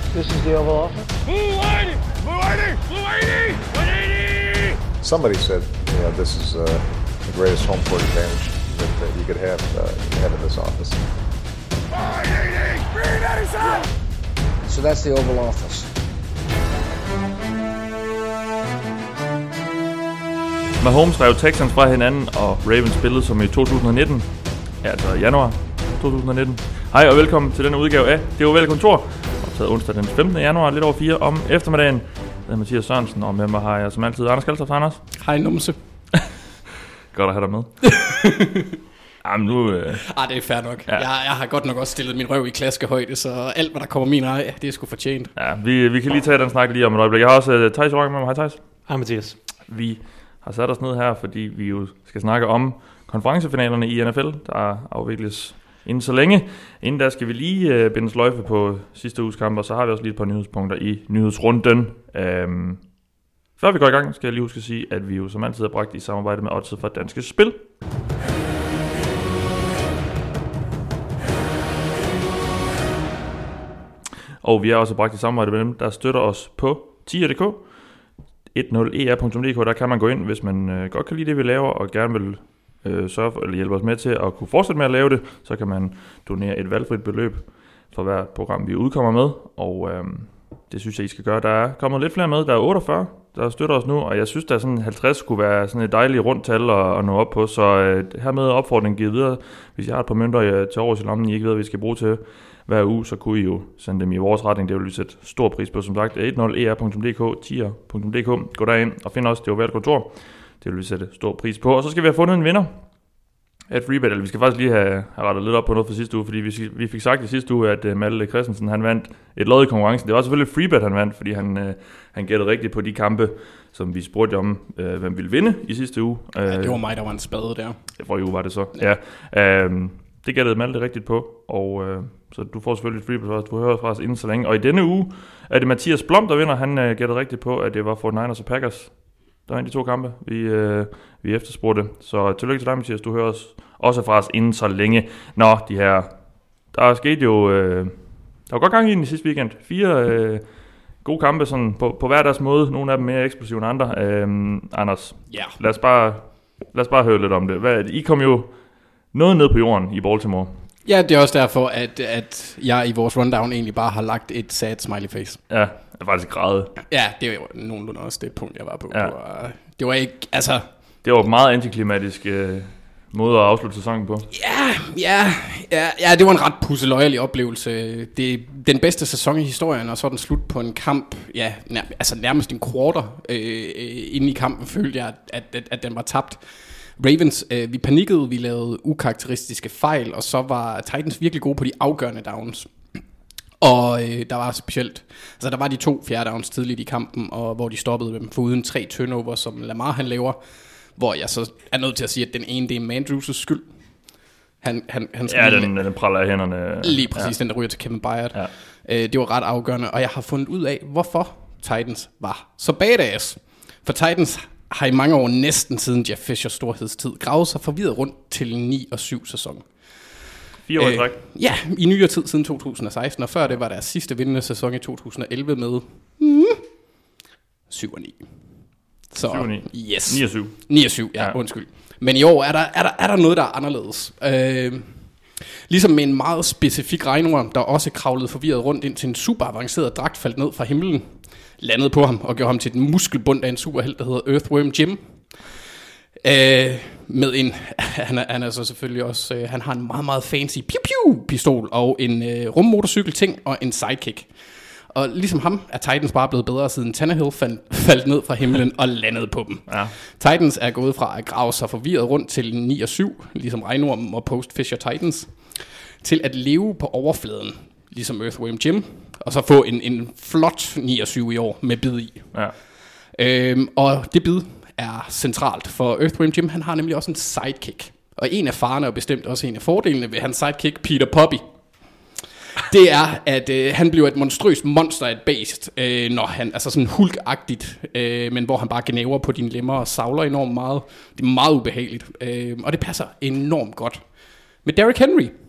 This is the Oval Office. Blue 180! Somebody said, this is the greatest home court advantage that you could have in this office. 380! So that's the Oval Office. Mahomes rev Texans fra hinanden, og Ravens spillede som i 2019, altså januar 2019. Hej og velkommen til denne udgave af Det Ovale Kontor, optaget onsdag den 15. januar, lidt over 4 om eftermiddagen. Det er Mathias Sørensen, og med mig har jeg som altid Anders Kaltoft. Anders. Hej numse. Godt at have dig med. Jamen nu... Det er fair nok. Ja. Jeg har godt nok også stillet min røv i klaskehøjde, så alt hvad der kommer min ej, det er sgu fortjent. Ja, vi kan lige tage den snak lige om et øjeblik. Jeg har også Thijs Jorgen med mig. Hej Thijs. Hej Mathias. Vi har sat os ned her, fordi vi jo skal snakke om konferencefinalerne i NFL, der afvikles inden så længe. Inden der skal vi lige binde sløjfe på sidste uges kamp, og så har vi også lige et par nyhedspunkter i nyhedsrunden. Før vi går i gang, skal jeg lige huske at sige, at vi jo som altid har bragt i samarbejde med Odds fra Danske Spil. Og vi er også bragt i samarbejde med dem, der støtter os på tier.dk. 10er.dk, der kan man gå ind, hvis man godt kan lide det, vi laver, og gerne vil sørge for, eller hjælpe os med til at kunne fortsætte med at lave det, så kan man donere et valgfrit beløb for hver program, vi udkommer med, og det synes jeg, I skal gøre. Der er kommet lidt flere med, der er 48, der støtter os nu, og jeg synes, der er sådan 50 skulle være sådan et dejligt rundt tal at nå op på, så hermed opfordringen givet videre. Hvis jeg har et par mønter til overs i lommen, I ikke ved, hvad vi skal bruge til hver uge, så kunne I jo sende dem i vores retning. Det vil vi sætte stor pris på, som sagt. 10er.dk, tier.dk. Gå derind og find også Det Ovale Kontor. Det vil vi sætte stor pris på. Og så skal vi have fundet en vinder af et freebet. Eller vi skal faktisk lige have rettet lidt op på noget fra sidste uge, fordi vi fik sagt i sidste uge, at Malte Christensen, han vandt et lod i konkurrencen. Det var selvfølgelig et freebet, han vandt, fordi han gættede rigtigt på de kampe, som vi spurgte om, hvem ville vinde i sidste uge. Ja, det var mig, der var en spade der. For i uge var det så. Ja. Det gættede Malte rigtigt på, og så du får selvfølgelig et freebet også. Du hører fra os inden så længe. Og i denne uge er det Mathias Blom, der vinder. Han gættede rigtigt på, at det var 49ers og Packers, der var en af de to kampe, vi efterspurgte. Så tillykke til dig, Mathias. Du hører os også fra os inden så længe. Nå, de her... Der er sket jo... der var godt gang i den i sidste weekend. 4 gode kampe sådan på hver deres måde. Nogle af dem mere eksplosive end andre. Anders, lad os bare høre lidt om det. I kom jo noget ned på jorden i Baltimore. Ja, det er også derfor, at jeg i vores rundown egentlig bare har lagt et sad smiley face. Ja, jeg er faktisk grædet. Ja, det var jo nogenlunde også det punkt, jeg var på. Ja. Det var ikke, altså... Det var en meget antiklimatisk måde at afslutte sæsonen på. Ja, det var en ret pusseløjelig oplevelse. Det er den bedste sæson i historien, og så er den slut på en kamp, ja, nærmest en quarter inde i kampen, følte jeg, at den var tabt. Ravens, vi panikkede, vi lavede ukarakteristiske fejl, og så var Titans virkelig gode på de afgørende downs. Og der var specielt, altså der var de 2 fjerde downs tidligt i kampen, og hvor de stoppede dem for uden 3 turnover, som Lamar han laver, hvor jeg så er nødt til at sige, at den ene, det er Mandrews' skyld. Han den praller af hænderne. Lige præcis, den der ryger til Kevin Byard. Ja. Det var ret afgørende, og jeg har fundet ud af, hvorfor Titans var så badass. For Titans har i mange år, næsten siden Jeff Fishers storhedstid, gravet sig forvirret rundt til 9-7 sæson. 4 år i træk. Ja, i nyere tid siden 2016, og før det var deres sidste vindende sæson i 2011 med 7-9. Så 7-9. Yes. 9-7. Ja, undskyld. Men i år er der noget, der er anderledes. Ligesom med en meget specifik regnorm, der også kravlede forvirret rundt ind til en super avanceret dragt, faldt ned fra himlen, landede på ham og gjorde ham til den muskelbund af en superhelt, der hedder Earthworm Jim. Med en, han er så selvfølgelig også, han har en meget, meget fancy piu-piu-pistol og en rummotorcykel-ting og en sidekick. Og ligesom ham er Titans bare blevet bedre, siden Tannehill faldt ned fra himlen og landede på dem. Ja. Titans er gået fra at grave sig forvirret rundt til 9-7, ligesom regnormen og post-Fisher Titans, til at leve på overfladen, ligesom Earthworm Jim, og så få en flot 9-7 i år med bid i. Ja. Og det bid er centralt, for Earthworm Jim, han har nemlig også en sidekick. Og en af farerne og bestemt også en af fordelene ved hans sidekick, Peter Poppy, det er, at han bliver et monstrøst monster af et beast, når han, altså sådan hulkagtigt, men hvor han bare gnæver på dine lemmer og savler enormt meget. Det er meget ubehageligt, og det passer enormt godt med Derrick Henry.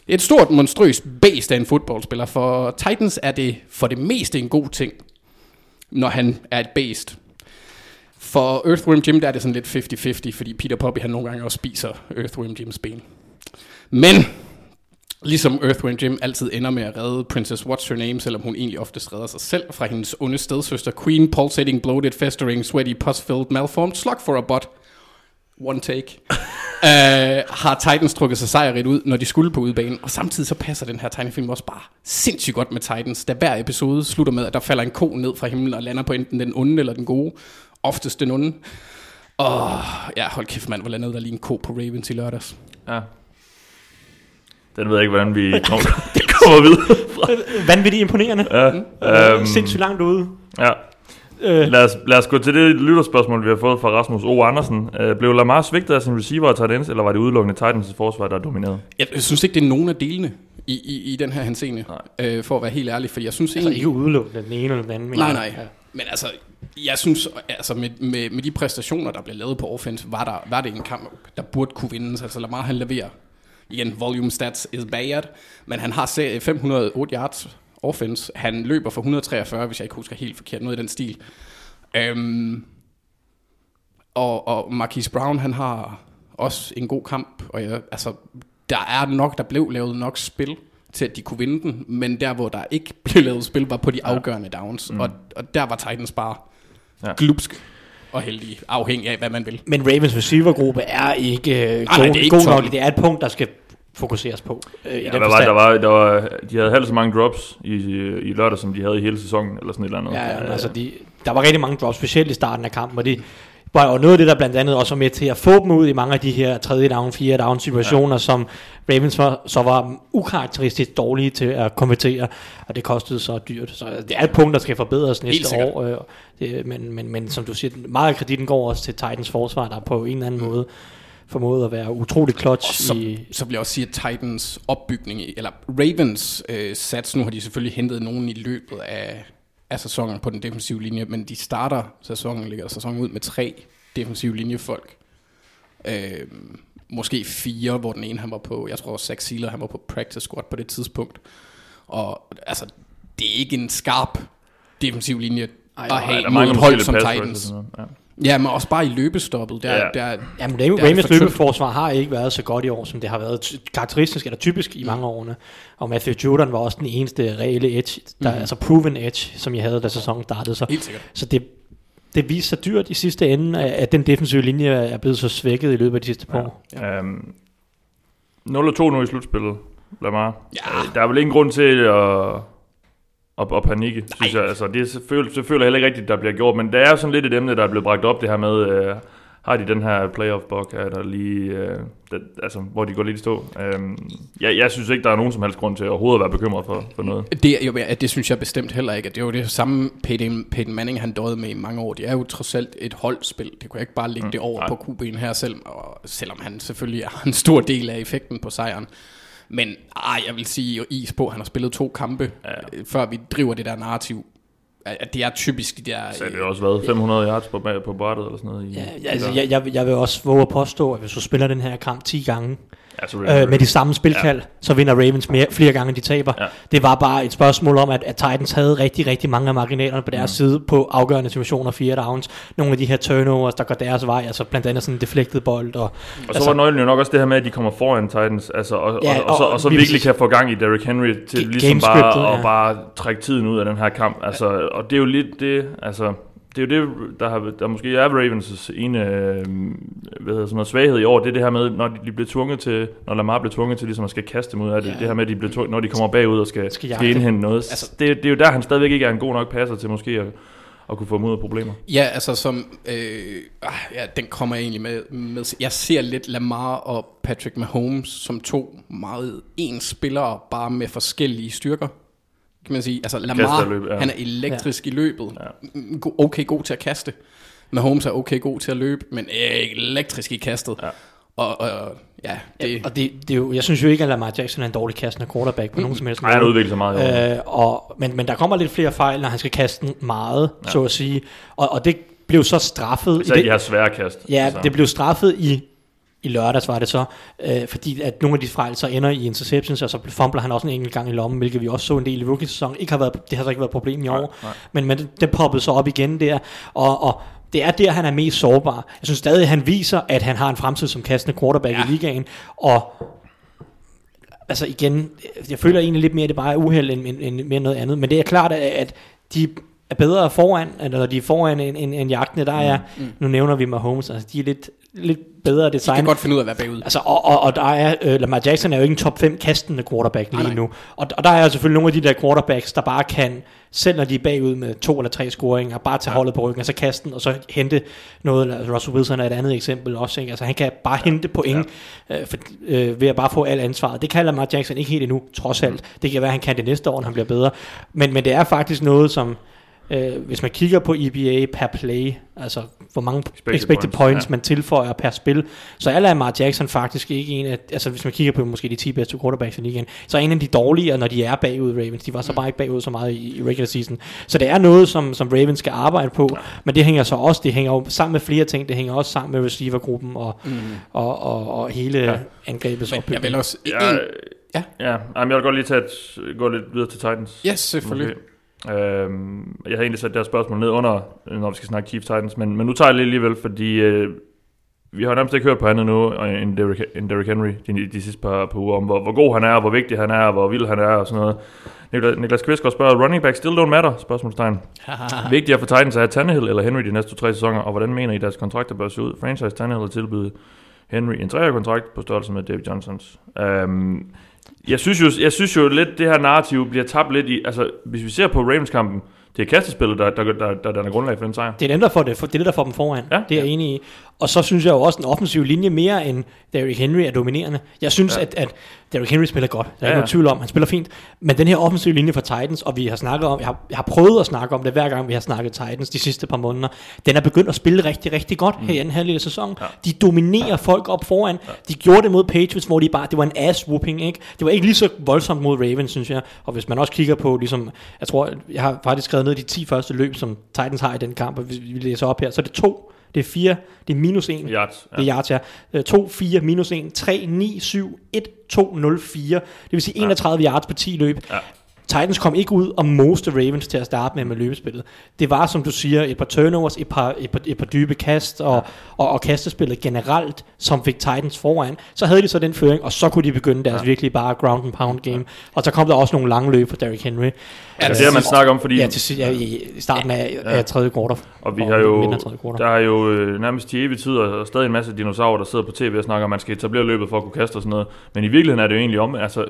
Et stort, monstrøst bæst af en fodboldspiller. For Titans er det for det meste en god ting, når han er et bæst. For Earthworm Jim, der er det sådan lidt 50-50, fordi Peter Poppy, han nogle gange også spiser Earthworm Jims ben. Men ligesom Earthworm Jim altid ender med at redde Princess What's Her Name, selvom hun egentlig oftest redder sig selv fra hendes onde stedsøster Queen, pulsating, bloated, festering, sweaty, pus-filled, malformed, slug for a butt. One take. Har Titans trukket sig sejrigt ud, når de skulle på udbanen. Og samtidig så passer den her tegnefilm også bare sindssygt godt med Titans, da hver episode slutter med, at der falder en ko ned fra himlen og lander på enten den onde eller den gode. Oftest den onde. Ja, hold kæft mand, hvor landede der lige en ko på Ravens i lørdags. Ja. Den ved jeg ikke, hvordan vi kommer videre. Vanvittigt imponerende. Ja. Sindssygt langt ude. Ja. Lad os gå til det lytterspørgsmål, vi har fået fra Rasmus O. Andersen. Blev Lamar svigtet af sin receiver og tight ends, eller var det udelukkende Titans' forsvar, der dominerede? Jeg synes ikke, det er nogen af delene i den her henseende, for at være helt ærlig. Fordi jeg synes altså ikke udelukkende den ene eller den anden. Nej. Ja. Men altså, jeg synes, altså med de præstationer, der blev lavet på offense, var det en kamp, der burde kunne vindes. Altså Lamar, han leverer. Igen, volume stats is bad, men han har 508 yards offense. Han løber for 143, hvis jeg ikke husker helt forkert, noget i den stil. Og Marquise Brown, han har også en god kamp. Og der blev lavet nok spil til, at de kunne vinde den, men der, hvor der ikke blev lavet spil, var på de afgørende downs. Og der var Titans bare glupsk og heldig, afhængig af, hvad man vil. Men Ravens receivergruppe er ikke god nok. Det er et punkt, der skal fokuseres på. Der var, de havde halvt så mange drops i lørdag, som de havde i hele sæsonen, eller sådan et eller andet. Ja, altså der var rigtig mange drops, specielt i starten af kampen, og noget af det, der blandt andet også var med til at få dem ud i mange af de her 3. down, 4. down situationer, som Ravens så var ukarakteristisk dårlige til at konvertere, og det kostede så dyrt. Så det er et punkt, der skal forbedres næste år. Men som du siger, meget af kreditten går også til Titans forsvar, der på en eller anden måde formået at være utroligt clutch. Så vil jeg også sige, at Titans opbygning, eller Ravens sats, nu har de selvfølgelig hentet nogen i løbet af sæsonen på den defensive linje, men de ligger sæsonen ud med 3 defensive linjefolk. Måske 4, hvor den ene han var på, jeg tror Zach Sealer, han var på practice squad på det tidspunkt. Og altså, det er ikke en skarp defensiv linje at have mod et hold som Titans. Ja, men også bare i løbestoppet. Men Ravens løbeforsvar har ikke været så godt i år, som det har været karakteristisk eller typisk i mange årene. Og Matthew Judon var også den eneste reelle edge, altså proven edge, som jeg havde, da sæsonen startede. Så det viser sig dyrt i sidste ende, at den defensive linje er blevet så svækket i løbet af de sidste par år. 0-2 nu i slutspillet, Lamar. Ja. Der er vel ingen grund til at panikke, synes jeg. Altså, det føler heller ikke rigtigt, der bliver gjort, men der er sådan lidt et emne, der er blevet bragt op, det her med, har de den her playoff-bug, er der lige, hvor de går lidt i stå. Jeg synes ikke, der er nogen som helst grund til overhovedet at være bekymret for noget. Det synes jeg bestemt heller ikke. Det er jo det samme Peyton Manning, han døde med i mange år. Det er jo trods alt et holdspil. Det kunne jeg ikke bare lægge det over på QB'en her selv, selvom han selvfølgelig er en stor del af effekten på sejren. Men jeg vil sige, is på, han har spillet 2 kampe, før vi driver det der narrativ. At det er typisk de der... Så det har også været 500 yards på brættet eller sådan noget. Jeg vil også våge at påstå, at hvis du spiller den her kamp 10 gange, med de samme spilkald, så vinder Ravens flere gange, end de taber. Ja. Det var bare et spørgsmål om, at Titans havde rigtig, rigtig mange af marginalerne på deres side på afgørende situationer, 4 downs. Nogle af de her turnovers, der går deres vej, altså blandt andet sådan en deflected bold. Og så var nøglen jo nok også det her med, at de kommer foran Titans, altså, og så virkelig kan få gang i Derrick Henry til ligesom bare trække tiden ud af den her kamp. Altså, og det er jo lidt det, altså... Det er jo det, der måske er Ravens' ene svaghed i år. Det er det her med, når Lamar bliver tvunget til ligesom at skal kaste dem ud af det. Det her med, at når de kommer bagud og skal indhente noget. Altså, det er jo der, han stadigvæk ikke er en god nok passer til måske at kunne få dem ud af problemer. Ja, altså som... den kommer jeg egentlig med. Jeg ser lidt Lamar og Patrick Mahomes som 2 meget ens spillere, bare med forskellige styrker. Kan man sige, altså Lamar, han er elektrisk i løbet, okay god til at kaste. Mahomes er okay god til at løbe, men elektrisk i kastet. Det er jo, jeg synes jo ikke, at Lamar Jackson er en dårlig kastende quarterback på nogen som helst måde. Han udvikler sig meget. Men der kommer lidt flere fejl, når han skal kaste meget, så at sige. Og det blev så straffet. Så de har svære kast. Ja, det blev straffet i lørdags var det så, fordi at nogle af de fejl så ender i interceptions, og så fumbler han også en enkelt gang i lommen, hvilket vi også så en del i rookie-sæsonen. Det har så ikke været et problem i år, men det poppede så op igen der, og det er der, han er mest sårbar. Jeg synes stadig, at han viser, at han har en fremtid som kastende quarterback i ligaen, og altså igen, jeg føler egentlig lidt mere, at det bare er uheld end mere noget andet, men det er klart, at de er bedre foran, eller de er foran en jagtene, der er, nu nævner vi Mahomes, altså de er lidt bedre design. De kan godt finde ud af at være bagud. Altså, og der er, Lamar Jackson er jo ikke en top 5 kastende quarterback lige nu, og der er selvfølgelig nogle af de der quarterbacks, der bare kan, selv når de er bagud med 2 eller 3 scoringer, bare tage holdet på ryggen, og så kaste den, og så hente noget. Altså Russell Wilson er et andet eksempel også, ikke? Altså han kan bare hente point ved at bare få alt ansvaret. Det kan Lamar Jackson ikke helt endnu, trods alt. Det kan være, at han kan det næste år, når han bliver bedre. Men det er faktisk noget, som hvis man kigger på EBA per play, altså hvor mange expected points man tilføjer per spil, så er Lamar Jackson faktisk ikke en af, altså hvis man kigger på måske de 10 bedste quarterbacks i ligaen, så er en af de dårligere, når de er bagud Ravens. De var så bare ikke bagud så meget i regular season. Så det er noget, som Ravens skal arbejde på, men det hænger så også, det hænger jo sammen med flere ting, det hænger også sammen med receivergruppen og hele angrebets opbygning. Jeg vil også... Jeg vil godt lige gå lidt videre til Titans. Ja, selvfølgelig. Okay. Jeg havde egentlig sat deres spørgsmål ned under, når vi skal snakke Chiefs Titans, men nu tager jeg det alligevel, fordi vi har nærmest ikke hørt på andet nu end Derrick Henry de sidste par uger, om hvor god han er, hvor vigtig han er, hvor vild han er og sådan noget. Niklas Kvistgaard spørger, running back still don't matter? Spørgsmålstegn. Vigtigere for Titans er Tannehill eller Henry de næste 2-3 sæsoner, og hvordan mener I deres kontrakter bør se ud? Franchise Tannehill har tilbydet Henry en 3-årig kontrakt på størrelse med David Johnsons. Jeg synes jo lidt, det her narrativ bliver tabt lidt i, altså hvis vi ser på Ravens-kampen, det er kastespillet, der er grundlag for den sejr. Det er dem, der får dem foran. Ja? Det er jeg enig i. Og så synes jeg jo også, en offensiv linje mere end Derrick Henry er dominerende. Jeg synes, at Derrick Henry spiller godt. Der er ikke nogen tvivl om, han spiller fint. Men den her offensiv linje for Titans, og vi har snakket om, jeg har prøvet at snakke om det, hver gang vi har snakket Titans de sidste par måneder, den er begyndt at spille rigtig, rigtig godt her i anden halvdel af sæsonen. Ja. De dominerer folk op foran. De gjorde det mod Patriots, hvor det var en ass-whooping, ikke? Det var ikke lige så voldsomt mod Ravens, synes jeg. Og hvis man også kigger på, ligesom, jeg tror, jeg har faktisk skrevet ned de 10 første løb, som Titans har i den kamp, og vi læser op her, så er det 2, det er 4, det er minus 1. Yards, det er yards, ja. 2, 4, minus 1, 3, 9, 7, 1, 2, 0, 4. Det vil sige 31 yards på 10 løb. Ja. Titans kom ikke ud og moste Ravens til at starte med løbespillet. Det var, som du siger, et par turnovers, et par dybe kast, og kastespillet generelt, som fik Titans foran. Så havde de så den føring, og så kunne de begynde deres virkelig bare ground and pound game. Og så kom der også nogle lange løb for Derrick Henry. Ja, det er man snakker om, fordi... Ja, i starten af tredje kvartal. Og vi har jo... Der er jo nærmest i evig tid, og stadig en masse dinosaurer, der sidder på tv og snakker, at man skal etablere løbet for at kunne kaste og sådan noget. Men i virkeligheden er det jo egentlig om... Altså,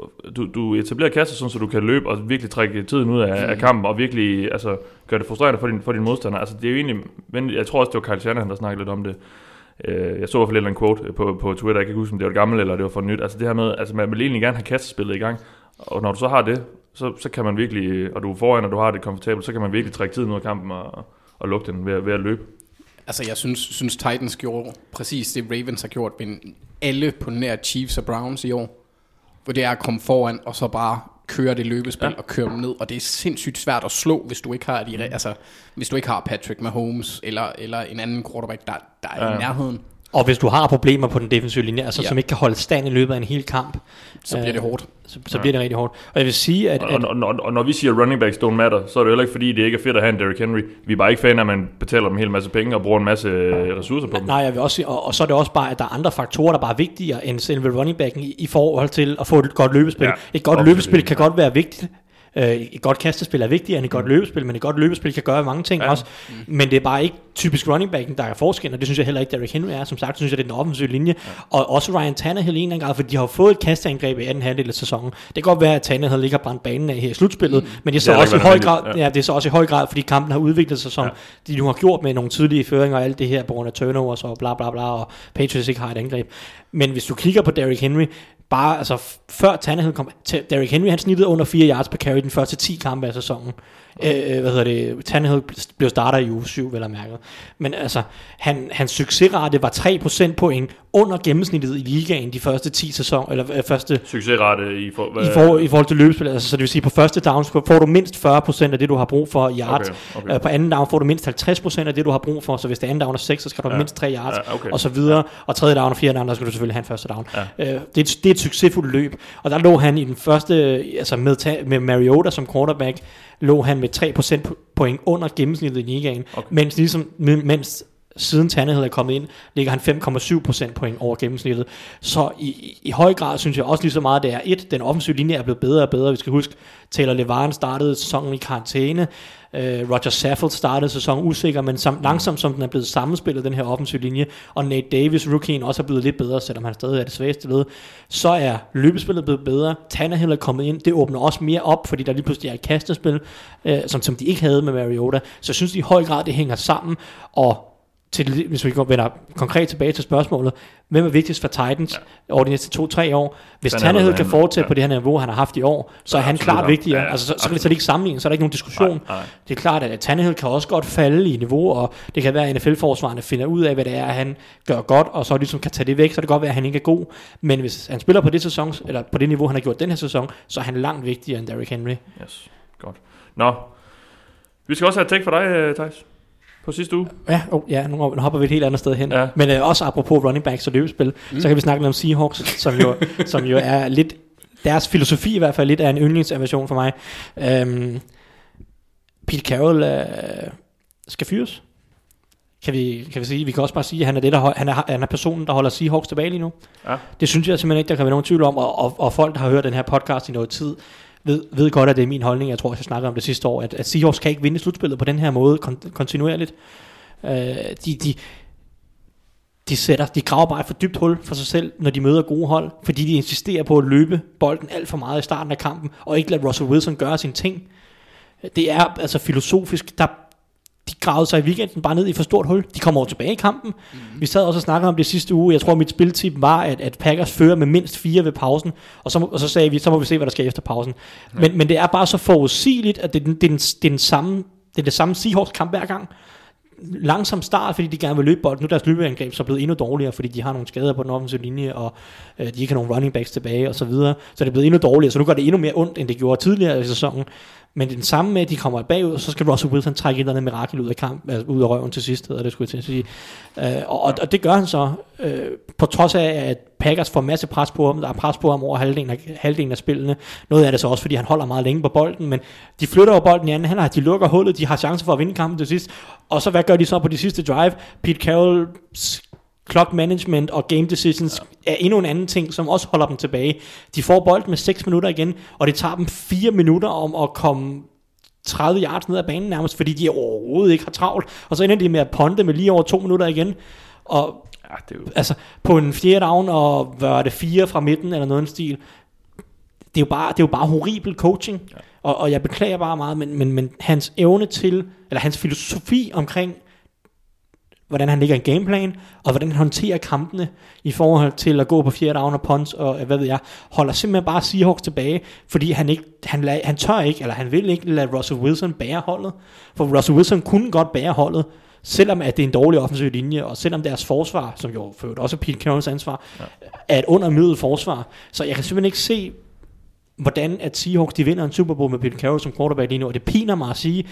du etablerer kaster sådan, så du kan løbe og virkelig trække tiden ud af kampen, og virkelig gøre det frustrerende for din modstander. Altså, det er jo egentlig... Jeg tror også, det var Kyle Shanahan, der snakkede lidt om det. Jeg så i hvert fald en quote på Twitter, jeg kan ikke huske, om det var det gamle, eller det var for nyt. Altså det her med, altså man vil egentlig gerne have kastespillet i gang, og når du så har det, så kan man virkelig, og du er foran, og du har det komfortabelt, så kan man virkelig trække tiden ud af kampen og lukke den ved at løbe. Altså jeg synes Titans gjorde præcis det Ravens har gjort med alle på nær Chiefs og Browns i år, hvor det er at komme foran, og så bare køre det løbespil og køre dem ned, og det er sindssygt svært at slå, hvis du ikke har hvis du ikke har Patrick Mahomes eller en anden quarterback, der er i nærheden. Og hvis du har problemer på den defensive linje, altså som ikke kan holde stand i løbet af en hel kamp, så bliver det hårdt. Så bliver det rigtig hårdt. Og jeg vil sige, at... Og når vi siger running backs don't matter, så er det jo ikke fordi, det ikke er fedt at have en Derrick Henry. Vi er bare ikke fan af, at man betaler dem en hel masse penge og bruger en masse ressourcer på dem. Nej, jeg vil også sige, og så er det også bare, at der er andre faktorer, der bare er vigtigere end selve running backen i forhold til at få et godt løbespil. Ja, et godt løbespil kan godt være vigtigt. Et godt kastespil er vigtigere end et godt løbespil, men et godt løbespil kan gøre mange ting også. Men det er bare ikke typisk running backen, der er forskel, og det synes jeg heller ikke Derrick Henry er. Som sagt, synes jeg, det er den offensive linje. Og også Ryan Tannehill i en gang, for de har jo fået et kasteangreb i anden halvdel af sæsonen. Det kan godt være, at Tannehill ikke har brændt banen af her i slutspillet, men det er så også i høj grad, det er så også i høj grad, fordi kampen har udviklet sig, som de nu har gjort med nogle tidlige føringer og alt det her på grund af turnovers og bla bla bla, og Patriots ikke har et angreb. Men hvis du kigger på Derrick Henry, bare altså før Tannehill kom, Derrick Henry han snittede under 4 yards per carry den første 10 kampe af sæsonen. Tannehill blev starter i uge 7, vel at mærke. Men altså hans succesrate var 3% point under gennemsnittet i ligaen de første 10 sæsoner, eller første succesrate i forhold til løbespil. Altså, så det vil sige, på første down får du mindst 40% af det, du har brug for yards. Okay. På anden down får du mindst 50% af det, du har brug for. Så hvis det anden down er 6, så skal du have mindst 3 yards, og så videre. Og tredje down og fjerde down, der skal du selvfølgelig have en første down. Det er et succesfuldt løb. Og der lå han i den første, altså med Mariota som quarterback, lå han med 3% point under gennemsnittet i ligaen. Okay. Mens siden Tannehill er kommet ind, ligger han 5,7% point over gennemsnittet. Så i høj grad synes jeg også lige så meget, det er den offensive linje er blevet bedre og bedre. Vi skal huske, Taylor Lewan startede sæsonen i karantæne, Roger Saffold startede sæsonen usikker, men langsomt som den er blevet sammenspillet, den her offensive linje, og Nate Davis, rookien, også er blevet lidt bedre, selvom han stadig er det svageste led, så er løbespillet blevet bedre. Tannehill er kommet ind, det åbner også mere op, fordi der lige pludselig er et kastespil, som de ikke havde med Mariota. Så jeg synes i høj grad, det hænger sammen, og hvis vi vender konkret tilbage til spørgsmålet, hvem er vigtigst for Titans over de næste 2-3 år? Hvis Tannehill kan fortsætte på det her niveau, han har haft i år, så er han klart vigtigere. Altså, så kan det ikke sammenligne, så er der ikke nogen diskussion. Nej. Det er klart, at Tannehill kan også godt falde i niveau, og det kan være, at NFL-forsvarerne finder ud af, hvad det er, han gør godt, og så ligesom kan tage det væk, så det kan godt være, at han ikke er god. Men hvis han spiller på det sæson, eller på det niveau, han har gjort den her sæson, så er han langt vigtigere end Derrick Henry. Yes, godt. Nå, vi skal også have et take for dig, Thijs. På sidste uge. Nu hopper vi et helt andet sted hen. Ja. Men også apropos running backs og løbespil, så kan vi snakke lidt om Seahawks, som jo er lidt, deres filosofi i hvert fald lidt er en yndlingsaversion for mig. Pete Carroll skal fyres. Kan vi sige, vi kan også bare sige, at han er personen, der holder Seahawks tilbage lige nu. Ja. Det synes jeg simpelthen ikke, der kan være nogen tvivl om, og folk, der har hørt den her podcast i noget tid, ved godt, at det er min holdning. Jeg tror, jeg snakkede om det sidste år, at Seahawks kan ikke vinde slutspillet på den her måde kontinuerligt. De graver bare et for dybt hul for sig selv, når de møder gode hold, fordi de insisterer på at løbe bolden alt for meget i starten af kampen, og ikke lade Russell Wilson gøre sine ting. Det er altså filosofisk, de gravede sig i weekenden bare ned i for stort hul. De kommer over tilbage i kampen. Vi sad også og snakkede om det sidste uge. Jeg tror, mit spiltip var, at Packers fører med mindst 4 ved pausen. Og så sagde vi, så må vi se, hvad der sker efter pausen. Men det er bare så forudsigeligt, at det er det samme Seahawks kamp hver gang. Langsom start, fordi de gerne vil løbe bolden. Nu er deres løbeangreb så blevet endnu dårligere, fordi de har nogle skader på den offensive linje, og de ikke har nogle running backs tilbage, og så videre. Så det er blevet endnu dårligere. Så nu går det endnu mere ondt, end det gjorde tidligere i sæsonen. Men det er den samme med, at de kommer bagud, og så skal Russell Wilson trække et eller andet mirakel ud af kamp, altså ud af røven til sidst, det skulle jeg til at sige. Og det gør han så, på trods af, at Packers får masse pres på ham. Der er pres på ham over halvdelen af spillene. Noget af det så også, fordi han holder meget længe på bolden, men de flytter over bolden i anden halvleg, de lukker hullet, de har chancer for at vinde kampen til sidst. Og så hvad gør de så på de sidste drive? Pete Carrolls clock management og game decisions er endnu en anden ting, som også holder dem tilbage. De får bolden med 6 minutter igen, og det tager dem 4 minutter om at komme 30 yards ned ad banen nærmest, fordi de overhovedet ikke har travlt. Og så ender de med at ponte med lige over 2 minutter igen. Og altså på en 4. down og var det 4 fra midten eller noget en stil. Det er jo bare horribel coaching. Ja. Og jeg beklager bare meget, men hans evne til, eller hans filosofi omkring hvordan han ligger en gameplan, og hvordan han håndterer kampene i forhold til at gå på 4. down og punts, og hvad ved jeg, holder simpelthen bare Seahawks tilbage, fordi han tør ikke, eller han vil ikke lade Russell Wilson bære holdet, for Russell Wilson kunne godt bære holdet, selvom at det er en dårlig offensiv linje, og selvom deres forsvar, som jo for også Pete Carrolls ansvar, er et undermiddel forsvar. Så jeg kan simpelthen ikke se, hvordan at Seahawks de vinder en Super Bowl med Pete Carroll som quarterback lige nu, og det piner mig at sige,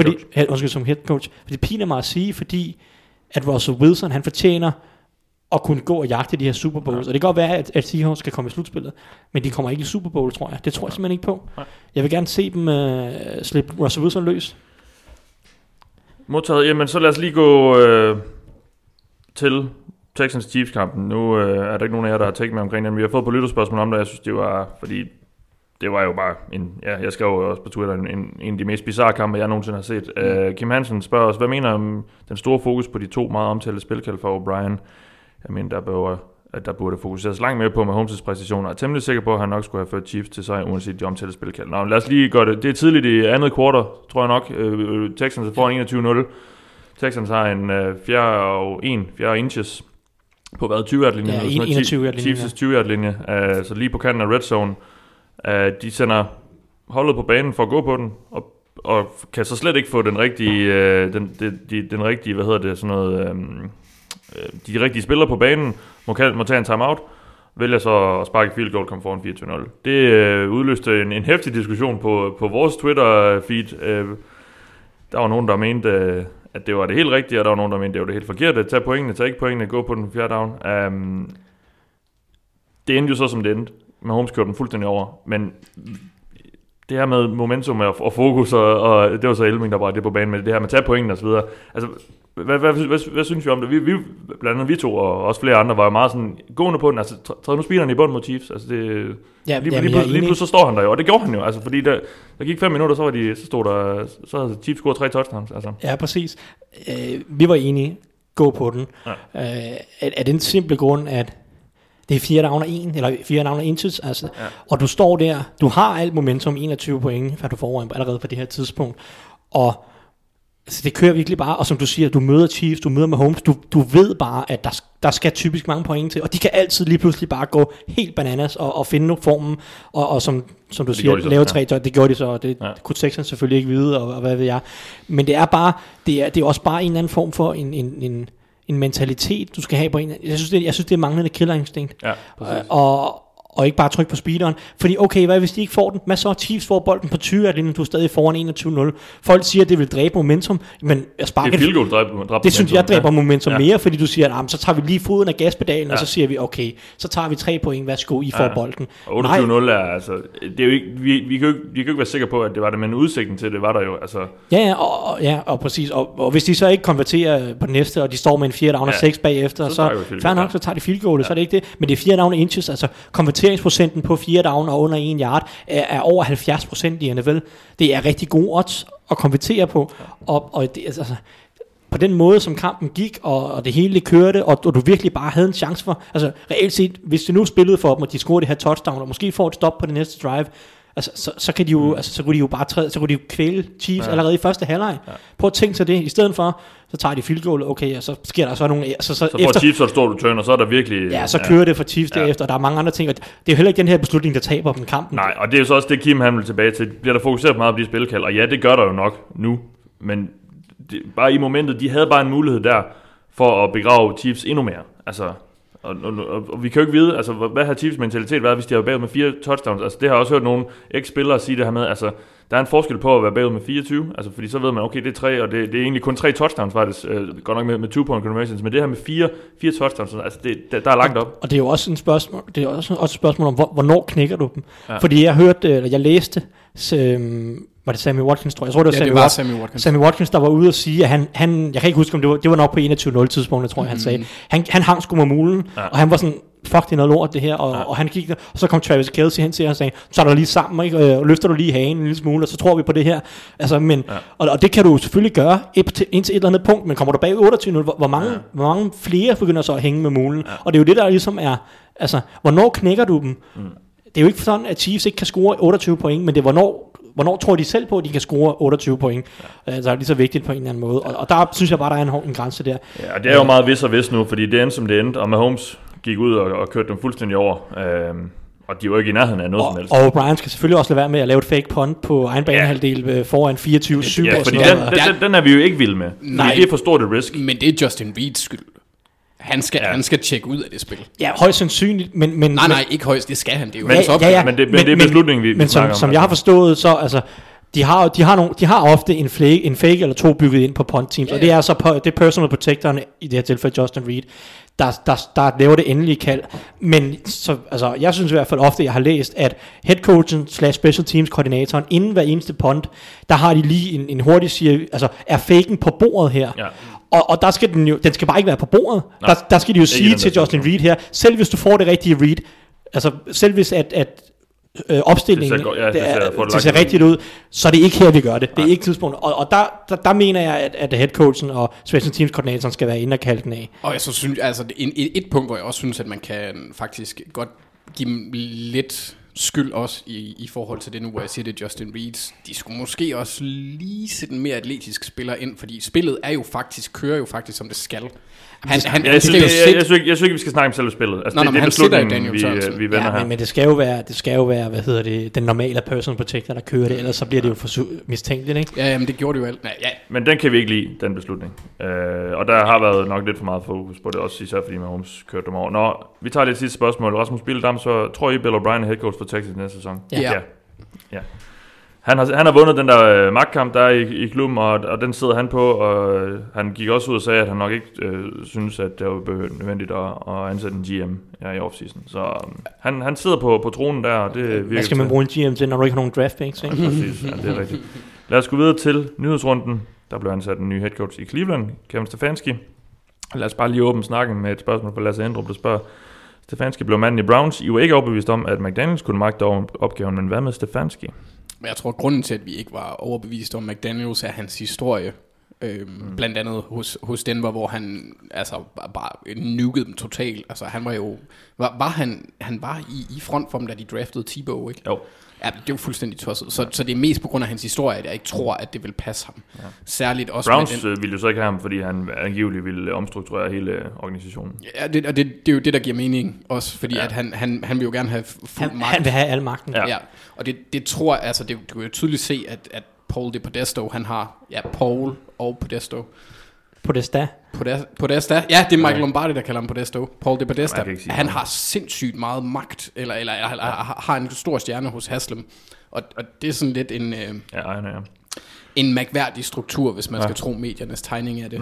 som head coach, det piner mig at sige, fordi at Russell Wilson, han fortjener at kunne gå og jagte de her Super Bowls. Og det kan godt være, at Seahawks skal komme i slutspillet, men de kommer ikke i Super Bowl, tror jeg. Det tror jeg simpelthen ikke på. Jeg vil gerne se dem slippe Russell Wilson løs. Modtaget. Jamen, så lad os lige gå til Texans Chiefs-kampen. Nu er der ikke nogen af jer, der har tænkt mig omkring den. Vi har fået på lytterspørgsmål om det, jeg synes, det var, fordi det var jo bare jeg skrev jo også på Twitter, en af de mest bizarre kampe, jeg nogensinde har set. Kim Hansen spørger os, hvad mener om den store fokus på de 2 meget omtalte spilkald for O'Brien? Jeg mener, der burde fokuseres langt mere på Mahomes' præcisioner. Jeg er temmelig sikker på, at han nok skulle have ført Chiefs til sig, uanset de omtalte spilkald. Nå, lad os lige gøre det. Det er tidligt i andet kvartal, tror jeg nok. Texans får en 21-0. Texans har en 4 inches på 20-yard-linjen. Ja, 21-yard-linjen. Chiefs' 20-yard-linje, så lige på kanten af red zone. De sender holdet på banen for at gå på den, og kan så slet ikke få den rigtige, den rigtige, hvad hedder det, sådan noget, de rigtige spillere på banen, må tage en timeout, vælger så at sparke field goal, komme foran 24-0. Det udløste en heftig diskussion på vores Twitter-feed. Der var nogen, der mente, at det var det helt rigtige, og der var nogen, der mente, det var det helt forkerte. Tag pointene, tag ikke pointene, gå på den fjerde down. Det endte jo så, som det endte. Mahomes kørte den fuldstændig over, men det her med momentum og fokus, og det var så Elming, der bragte det på banen med det her med at tage pointene og så videre. Altså, hvad synes vi om det? Vi blandt andet vi to og også flere andre var jo meget sådan gående på den. Altså, træd nu speederen i bund mod Chiefs. Altså, det, lige pludselig så står han der jo, og det gjorde han jo. Altså, fordi der gik 5 minutter, så havde Chiefs scoret 3 touchdowns. Altså. Ja, præcis. Vi var enige. Gå på den. Ja. Er den simple grund, at det er 4 down og 1, eller 4 down og inches, altså. Ja. Og du står der, du har alt momentum, 21 point, hvad du får allerede på det her tidspunkt, og altså, det kører virkelig bare, og som du siger, du møder Chiefs, du møder Mahomes, du ved bare, at der skal typisk mange point til, og de kan altid lige pludselig bare gå helt bananas og finde formen, og som du siger, lave 3 det gjorde de så, og det kunne Texans selvfølgelig ikke vide, og hvad ved jeg, men det er bare, det er også bare en eller anden form for en mentalitet, du skal have på en. Jeg synes, det er manglende killerinstinkt. Ja, og ikke bare trykke på speederen. Fordi okay, hvad hvis de ikke får den? Hvad så? Chiefs får bolden på 20, og du er stadig foran 21-0. Folk siger, at det vil dræbe momentum, men jeg sparker det. Det synes jeg dræber momentum mere, fordi du siger, at så tager vi lige foden af gaspedalen, og så siger vi, okay, så tager vi 3 point, værsgo, I får bolden. 28-0 er altså, det er jo ikke, vi kan jo ikke være sikre på, at det var det, men udsigten til det var der jo. Altså. Og præcis. Og hvis de så ikke konverterer på den næste, og de står med en 4 down og 6 bagefter, så fair nok, så tager de field goal, så er det ikke det. Men det er 4 down inches, altså konverteringsprocenten på 4 down og under 1 yard er over 70% i NFL. Det er rigtig gode odds at konvertere på, og det, altså, på den måde, som kampen gik, og det hele kørte, og du virkelig bare havde en chance for, altså reelt set, hvis de nu spillede for dem, og de scorede det her touchdown, og måske får et stop på det næste drive, altså, så kan de jo, så kunne de jo bare træde, så kunne de jo kvæle Chiefs allerede i første halvleg. Prøv at tænke sig det, i stedet for, så tager de field goal, okay, og så sker der så nogle, så får Chiefs et stort return, og så er der virkelig. Ja, så kører det for Chiefs derefter, og der er mange andre ting, og det er jo heller ikke den her beslutning, der taber dem kampen. Nej, og det er jo så også det, Kim han vil tilbage til. Bliver der fokuseret meget på de spilkald, og ja, det gør der jo nok nu, men bare i momentet, de havde bare en mulighed der, for at begrave Chiefs endnu mere, altså. Og vi kan jo ikke vide, altså, hvad har Chiefs mentalitet været, hvis de har bagud med 4 touchdowns. Altså, det har jeg også hørt nogle eks-spillere sige det her med, altså, der er en forskel på at være bagud med 24, altså, fordi så ved man, okay, det er 3, og det er egentlig kun 3 touchdowns faktisk, godt nok med 2-point conversions, men det her med 4 touchdowns, altså, der er langt op. Og det er jo også et spørgsmål om, hvornår knækker du dem? Ja. Fordi jeg læste, var det Sammy Watkins, tror jeg. Det var Sammy Watkins. Sammy Watkins, der var ude og sige, at han jeg kan ikke huske, om det var nok på 21-0 tidspunkt, tror jeg, han sagde. Han hang sgu med mulen, og han var sådan, fuck, det er noget lort det her, og han gik der, og så kom Travis Kelce hen til ham og sagde, så er der lige sammen, ikke? Og løfter du lige hagen en lille smule, og så tror vi på det her. Altså, men, og det kan du selvfølgelig gøre indtil et eller andet punkt, men kommer du bag 28-0, hvor mange flere begynder så at hænge med mulen? Og det er jo det, der ligesom er, altså, hvornår knækker du dem? Det er jo ikke sådan, at Chiefs ikke kan score 28 point, men det er hvornår tror de selv på, at de kan score 28 point? Så er det lige så vigtigt på en eller anden måde. Og der synes jeg bare, der er en grænse der. Ja, og det er jo meget vis og vis nu, fordi det endte som det endte, og Mahomes gik ud og kørte dem fuldstændig over. Og de var ikke i nærheden af noget som helst. Og Brian skal selvfølgelig også lade være med at lave et fake punt på egen banehalvdel foran 24-7. Ja, fordi den er vi jo ikke vilde med. Nej, det er for stort et risk. Men det er Justin Reeds skyld. Han skal tjekke ud af det spil. Ja, højst sandsynligt, men nej, ikke højst, det skal han. Det er jo hans opgave. Ja, men det er beslutningen, vi snakker om. Som jeg har forstået, så altså, de har ofte en fake eller 2 bygget ind på punt teams, og det er så det personal protectoren, i det her tilfælde Justin Reed, der laver det endelige kald. Men så, altså, jeg synes i hvert fald ofte, jeg har læst, at headcoachen / special teams koordinatoren inden hver eneste punt, der har de lige en hurtig siger, altså er faken på bordet her. Ja. Og der skal den skal bare ikke være på bordet. Der skal de jo sige til Justin Reed her, selv hvis du får det rigtige read, altså selv hvis at opstillingen det ser rigtigt ud, så er det ikke her, vi gør det. Det er ikke tidspunkt. Og der mener jeg, at headcoachen og special teams koordinatoren skal være inde og kalde den af. Og jeg så synes, altså et punkt, hvor jeg også synes, at man kan faktisk godt give dem lidt skyld også i forhold til det nu, hvor jeg siger det, Justin Reeds. De skulle måske også lige sætte en mere atletisk spiller ind, fordi spillet kører jo faktisk som det skal. Jeg synes ikke, vi skal snakke om selve spillet. Altså, det er beslutningen, vi vender her. Men det skal jo være, den normale person protector, der kører det, ellers så bliver det jo for mistænkeligt, ikke? Ja, men det gjorde det jo alt. Ja. Men den kan vi ikke lide, den beslutning. Og der har været nok lidt for meget fokus på det, også især fordi Mahomes kørte dem over. Nå, vi tager lidt sidste spørgsmål. Rasmus Bildam, så tror I, Bill O'Brien er head coach for Texas næste sæson? Ja. Han har vundet den der magtkamp, der er i klubben, og den sidder han på, og han gik også ud og sagde, at han nok ikke synes, at det var nødvendigt at ansætte en GM i offseason. Så han sidder på tronen der, og det virker. Hvad skal man bruge en GM til, når du ikke har nogen draft picks, ikke? Præcis, ja, det er rigtigt. Lad os gå videre til nyhedsrunden. Der blev ansat en ny head coach i Cleveland, Kevin Stefanski. Lad os bare lige åbne snakken med et spørgsmål fra Lasse Endrup, der spørger: Stefanski blev manden i Browns. I var ikke overbevist om, at McDaniels kunne magte opgaven, men hvad med Stefanski? Men jeg tror, at grunden til, at vi ikke var overbevist om McDaniels, er hans historie. Blandt andet hos Denver, hvor han altså bare nukede dem totalt. Altså han var jo han var i front for dem, da de draftede Tebow, ikke? Jo. Ja, det er jo fuldstændig tosset. Så det er mest på grund af hans historie, at jeg ikke tror, at det vil passe ham. Ja. Særligt også Browns ville jo så ikke have ham, fordi han angiveligt ville omstrukturere hele organisationen. Ja, det er jo det, der giver mening også, fordi at han vil jo gerne have fuld magt. Han vil have al magten. Ja. Og det tror jeg, altså du kan jo tydeligt se, at Paul DePodesta, han har, Paul og Podesta. Podesta. Ja, det er Michael Lombardi, der kalder ham Podesta. Paul DePodesta, han har sindssygt meget magt, eller har en stor stjerne hos Haslam. Og det er sådan lidt en mærkværdig struktur, hvis man skal tro mediernes tegning af det.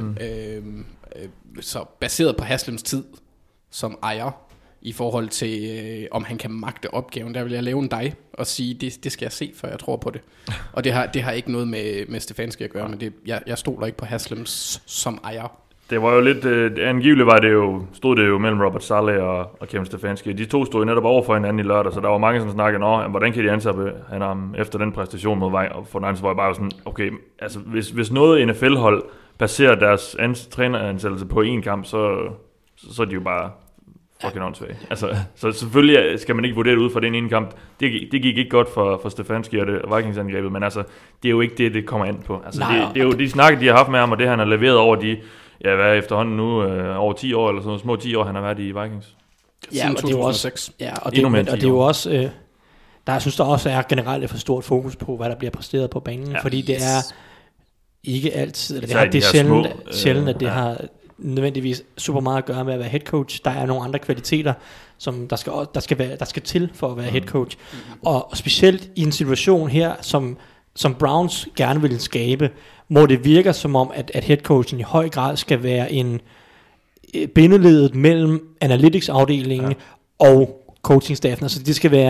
Så baseret på Haslams tid som ejer, i forhold til, om han kan magte opgaven, der vil jeg lave en dig og sige, det skal jeg se, før jeg tror på det. Og det har ikke noget med Stefanski at gøre, men jeg stoler ikke på Haslam som ejer. Det var jo lidt, angiveligt stod det jo mellem Robert Saleh og Kevin Stefanski. De to stod jo netop over for hinanden i lørdag, så der var mange, som snakkede, hvordan kan de ansætte ham efter den præstation mod vej? Og for den anden, så var jeg bare sådan, okay, altså hvis noget NFL-hold baserer deres træneransættelse på én kamp, så er de jo bare fucking åndssvagt. Altså, så selvfølgelig skal man ikke vurdere det ud fra den ene kamp. Det gik ikke godt for Stefanski og det Vikings-angrebet, men altså, det er jo ikke det kommer an på. Altså, det er jo de snakker, de har haft med ham, og det han har leveret over de, hvad er efterhånden nu, over 10 år, eller sådan små 10 år, han har været i Vikings. Ja, og det er jo også, og det er jo også, jeg synes der også er generelt et for stort fokus på, hvad der bliver præsteret på banen, fordi det er ikke altid, eller det er sjældent, at det har nødvendigvis super meget at gøre med at være head coach. Der er nogle andre kvaliteter, som der skal til for at være head coach. Og specielt i en situation her, som Browns gerne vil skabe, hvor det virker som om, at head coachen i høj grad skal være en bindeledet mellem analytics-afdelingen og coaching-staffen. Altså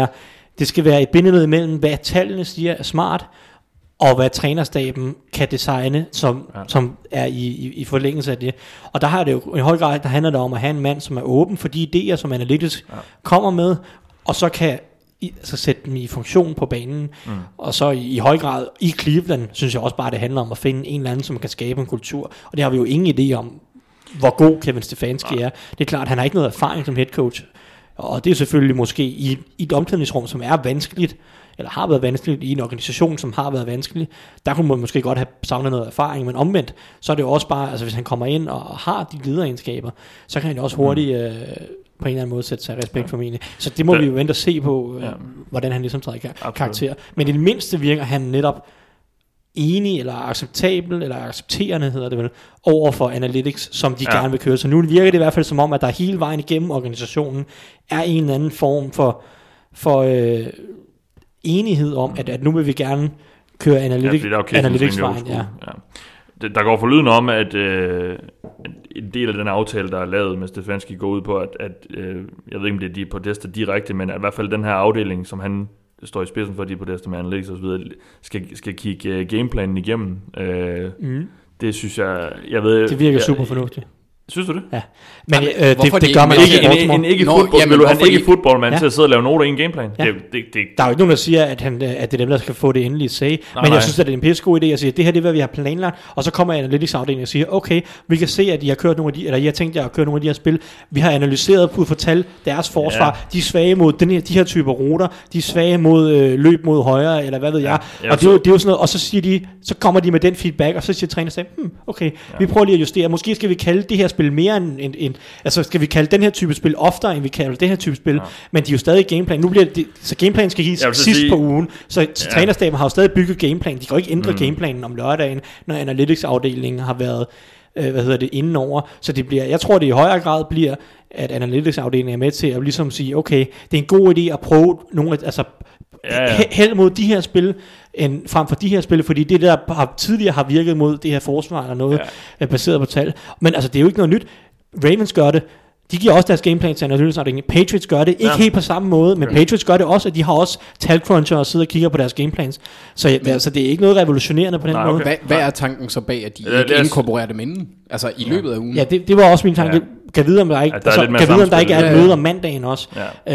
det skal være et bindeled mellem, hvad tallene siger er smart, og hvad trænerstaben kan designe, som er i forlængelse af det. Og der har det jo i høj grad, der handler det om at have en mand, som er åben for de idéer, som Analytics kommer med, og så kan sætte dem i funktion på banen. Og så i høj grad i Cleveland, synes jeg også bare, det handler om at finde en eller anden, som kan skabe en kultur. Og det har vi jo ingen idé om, hvor god Kevin Stefanski er. Det er klart, han har ikke noget erfaring som head coach. Og det er selvfølgelig måske i et omklædningsrum, som er vanskeligt, eller har været vanskeligt, i en organisation, som har været vanskelig, der kunne man måske godt have savnet noget erfaring, men omvendt, så er det jo også bare, altså hvis han kommer ind og har de lederegenskaber, så kan han jo også hurtigt på en eller anden måde sætte sig respekt for mine. Så det må vi jo vente og se på, hvordan han ligesom træder i karakter. Men i det mindste virker han netop enig, eller acceptabel, eller accepterende, hedder det vel, over for Analytics, som de gerne vil køre. Så nu virker det i hvert fald som om, at der hele vejen igennem organisationen er en eller anden form for enighed om, at nu vil vi gerne køre Analytics-vejen. Der går forlydende om, at en del af den aftale, der er lavet med Stefanski, går ud på, at jeg ved ikke, om det er de Podesta direkte, men at i hvert fald den her afdeling, som han står i spidsen for, de Podesta med Analytics og så videre, skal kigge gameplanen igennem. Det synes jeg ved... Det virker super fornuftigt. Synes du det? Ja. Men hvorfor det gør man også i Baltimore. En ikke-fodboldspiller, han sidder og laver noter i en gameplan. Ja. Det, der er jo ikke nogen, der siger, at det er dem, der skal få det endelige say. Men jeg synes, at det er en pissegod idé at sige, at det her det er, hvad vi har planlagt. Og så kommer analytics-afdelingen og siger, okay, vi kan se, at I har kørt nogle af de, eller I har tænkt jer at køre nogle af de her spil. Vi har analyseret ud fra tal deres forsvar. Ja. De er svage mod de her typer ruter. De er svage mod løb mod højre, eller hvad ved jeg. Og det er jo sådan noget. Og så siger de, så kommer de med den feedback, og så siger træner, okay, vi prøver lige at justere. Måske skal vi kalde det her spil mere end altså skal vi kalde den her type spil oftere, end vi kalder det her type spil, men de er jo stadig gameplan. Nu bliver det, så gameplanen skal gives sidst på ugen, så trænerstaben har jo stadig bygget gameplan. De kan jo ikke ændre gameplanen om lørdagen, når analytics-afdelingen har været indenover. Så det bliver, jeg tror det i højere grad bliver, at analytics-afdelingen er med til at ligesom sige, okay, det er en god idé at prøve nogle, altså held mod de her spil, frem for de her spil, fordi det der tidligere har virket mod det her forsvar eller noget baseret på tal. Men altså det er jo ikke noget nyt. Ravens gør det. De giver også deres gameplan til analytics-afdelingen. Patriots gør det ikke helt på samme måde, men Patriots gør det også, at de har også talcruncher og sidder og kigger på deres gameplans. Så altså, det er ikke noget revolutionerende på den måde. Hvad er tanken så bag, at de ikke inkorporerer dem inden? Altså i løbet af ugen? Ja, det var også min tanke. Kan vide, om der ikke, der ikke er et møde om mandagen også,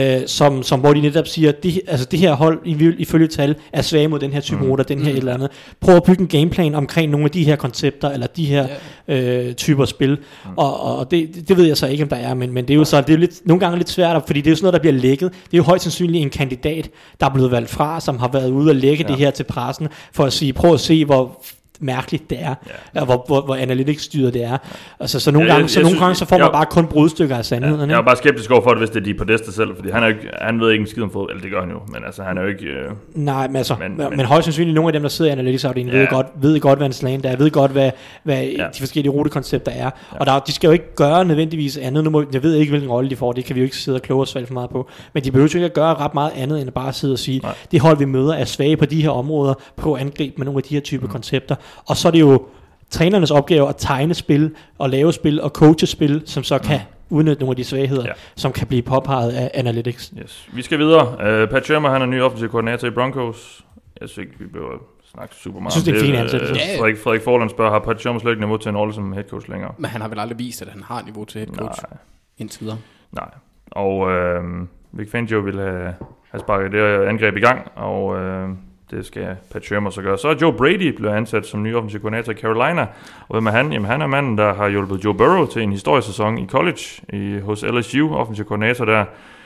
som hvor de netop siger, det her hold ifølge tal er svage mod den her type ruter, den her et eller andet. Prøv at bygge en gameplan omkring nogle af de her koncepter eller de her typer spil. Og det ved jeg så ikke, om der er, men det er jo så det er lidt, nogle gange lidt svært, fordi det er jo sådan noget, der bliver lækket. Det er jo højst sandsynligt en kandidat, der er blevet valgt fra, som har været ude og lægge det her til pressen for at sige, prøv at se hvor mærkeligt det er, og hvor analytics-styret det er. Altså, så nogle gange så får man bare kun brudstykker af sandheden. Jeg er bare skeptisk over for det, hvis det er de på Podesta selv, fordi han ved ikke en skid om fodbold, eller det gør han jo, men altså han er jo ikke... Nej, men altså, men højst sandsynligt nogle af dem, der sidder i analytics-afdelingen, ved godt, hvad en slant er, ved godt, hvad de forskellige rutekoncepter er, og de skal jo ikke gøre nødvendigvis andet. Jeg ved ikke, hvilken rolle de får, det kan vi jo ikke sidde og kloge os for meget på, men de behøver jo ikke at gøre ret meget andet, end at bare sidde og sige, det hold vi møder er svage på de her områder, prøv at angribe med nogle af de her typer koncepter. Og så er det jo trænernes opgave at tegne spil, og lave spil, og coache spil, som så kan udnytte nogle af de svagheder, som kan blive påpeget af analytics. Yes. Vi skal videre. Pat Shurmur, han er ny offensiv koordinator i Broncos. Jeg synes ikke, vi behøver snakke super meget. Jeg synes, det er en fin ansættelse. Frederik Forland spørger, har Pat Shurmur slet ikke niveau til en rolle som head coach længere? Men han har vel aldrig vist, at han har niveau til head coach indtil videre. Nej. Og Vic Fangio ville have sparket det angreb i gang, og... det skal Pat Shurmur så gøre. Så er Joe Brady blevet ansat som ny offensiv koordinator i Carolina. Og hvem er han? Jamen han er manden, der har hjulpet Joe Burrow til en historisk sæson i college hos LSU, offensiv koordinator der.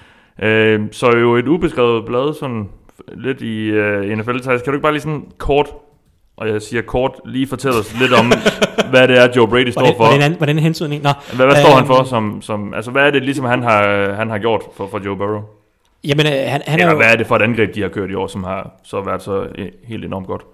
Så jo et ubeskrevet blad, sådan lidt i NFL. Kan du ikke bare lige sådan kort, og jeg siger kort, lige fortælle os lidt om, hvad det er, Joe Brady står for? Hvordan hensynning? Hvad står han for? Som, altså hvad er det ligesom, han har gjort for Joe Burrow? Jamen, han er jo... Hvad er det for et angreb, de har kørt i år, som har så været så helt enormt godt?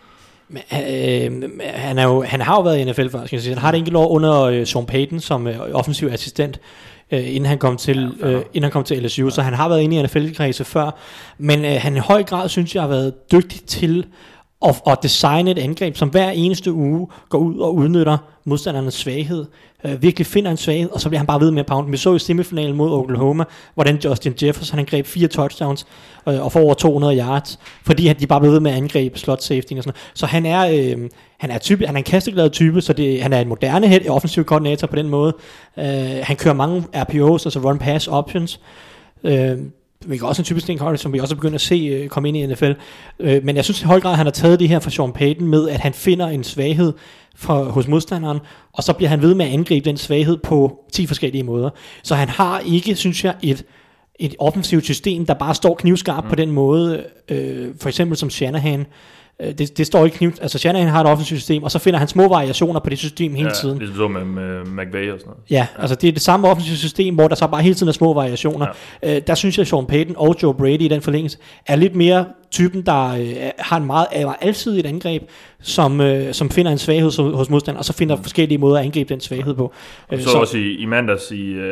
Han har jo været i NFL før, skal jeg sige. Han har et enkelt år under Sean Payton som offensiv assistent, inden han kom til LSU, så han har været inde i NFL-kredse før. Men han i høj grad, synes jeg, har været dygtig til at designe et angreb, som hver eneste uge går ud og udnytter modstandernes svaghed, virkelig finder en svaghed, og så bliver han bare ved med at pounde. Vi så i semifinalen mod Oklahoma, hvordan Justin Jefferson han greb 4 touchdowns og får over 200 yards, fordi de bare blev ved med at angribe slot safety og sådan noget. Så han er en kasteglad type, så han er en moderne offensiv koordinator på den måde. Han kører mange RPOs, altså run pass options. Vi kan også en typisk ting, som vi også er begyndt at se komme ind i NFL. Men jeg synes i høj grad, han har taget det her fra Sean Payton med, at han finder en svaghed hos modstanderen, og så bliver han ved med at angribe den svaghed på 10 forskellige måder. Så han har ikke, synes jeg, et offensivt system, der bare står knivskarpt på den måde, for eksempel som Shanahan. Det står ikke kniv. Altså Shanahan har et offensivt system, og så finder han små variationer på det system hele tiden. Ligesom så med McVay og sådan noget. Ja, altså det er det samme offensivt system, hvor der så bare hele tiden er små variationer. Der synes jeg, at Sean Payton og Joe Brady i den forlængelse er lidt mere typen, der har en meget alsidigt angreb, som finder en svaghed hos modstanderen, og så finder forskellige måder at angribe den svaghed på. Så også i mandags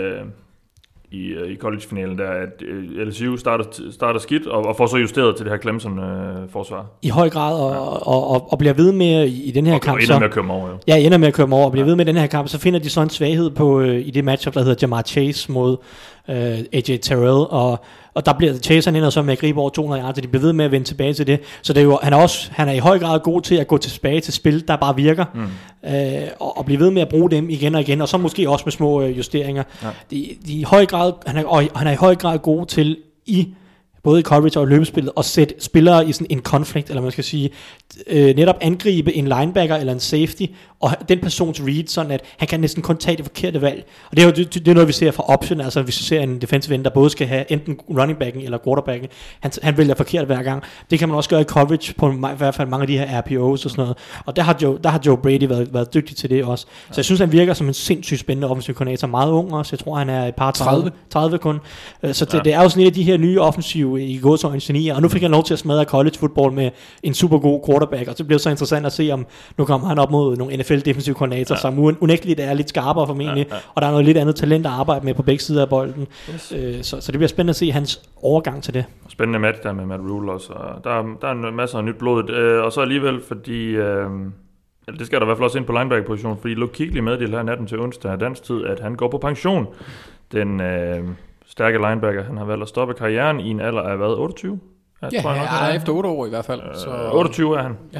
i collegefinalen, der at LSU starter skidt og får så justeret til det her Clemson-forsvar. I høj grad, og bliver ved med i den her kamp. Og ender med at køre dem over, jo. Ja, ender med at køre dem over, og bliver ved med den her kamp, så finder de så en svaghed på i det matchup, der hedder Jamar Chase mod AJ Terrell, og der bliver chaseren ind og så med at gribe over 200 yards, så de bliver ved med at vende tilbage til det. Så det er jo, han er i høj grad god til at gå tilbage til spil, der bare virker, og blive ved med at bruge dem igen og igen, og så måske også med små justeringer. Ja. De i høj grad, han er i høj grad god til både i coverage og i løbespillet, og sætte spillere i sådan en konflikt, eller man skal sige, netop angribe en linebacker eller en safety, og den persons read, sådan at han kan næsten kun tage det forkerte valg. Og det er jo det er noget, vi ser fra option, altså hvis vi ser en defensive end, der både skal have enten running backen eller quarterbacken, han vælger forkert hver gang. Det kan man også gøre i coverage på i hvert fald mange af de her RPOs og sådan noget. Og der har Joe Brady været dygtig til det også. Så jeg synes, han virker som en sindssygt spændende offensiv koordinator, meget ung også. Jeg tror, han er et par 30 kun. Så det er jo sådan et af de her nye offensive i gåseøjne genier, og nu fik han lov til at smadre college football med en super god quarterback, og det bliver så interessant at se, om nu kommer han op mod nogle NFL-defensive koordinatorer, som unægteligt er lidt skarpere formentlig, og der er noget lidt andet talent at arbejde med på begge sider af bolden. Så det bliver spændende at se hans overgang til det. Spændende match der med Matt Rhule også, og der er en masse af nyt blod, og så alligevel, fordi det skal der i hvert fald også ind på linebacker-position, fordi Luke Kuechly meddelte her natten til onsdag af dansk tid, at han går på pension. Den stærke linebacker, han har valgt at stoppe karrieren i en alder af hvad, 28? Ja, tror jeg efter 8 år i hvert fald. Så 28 er han. Ja.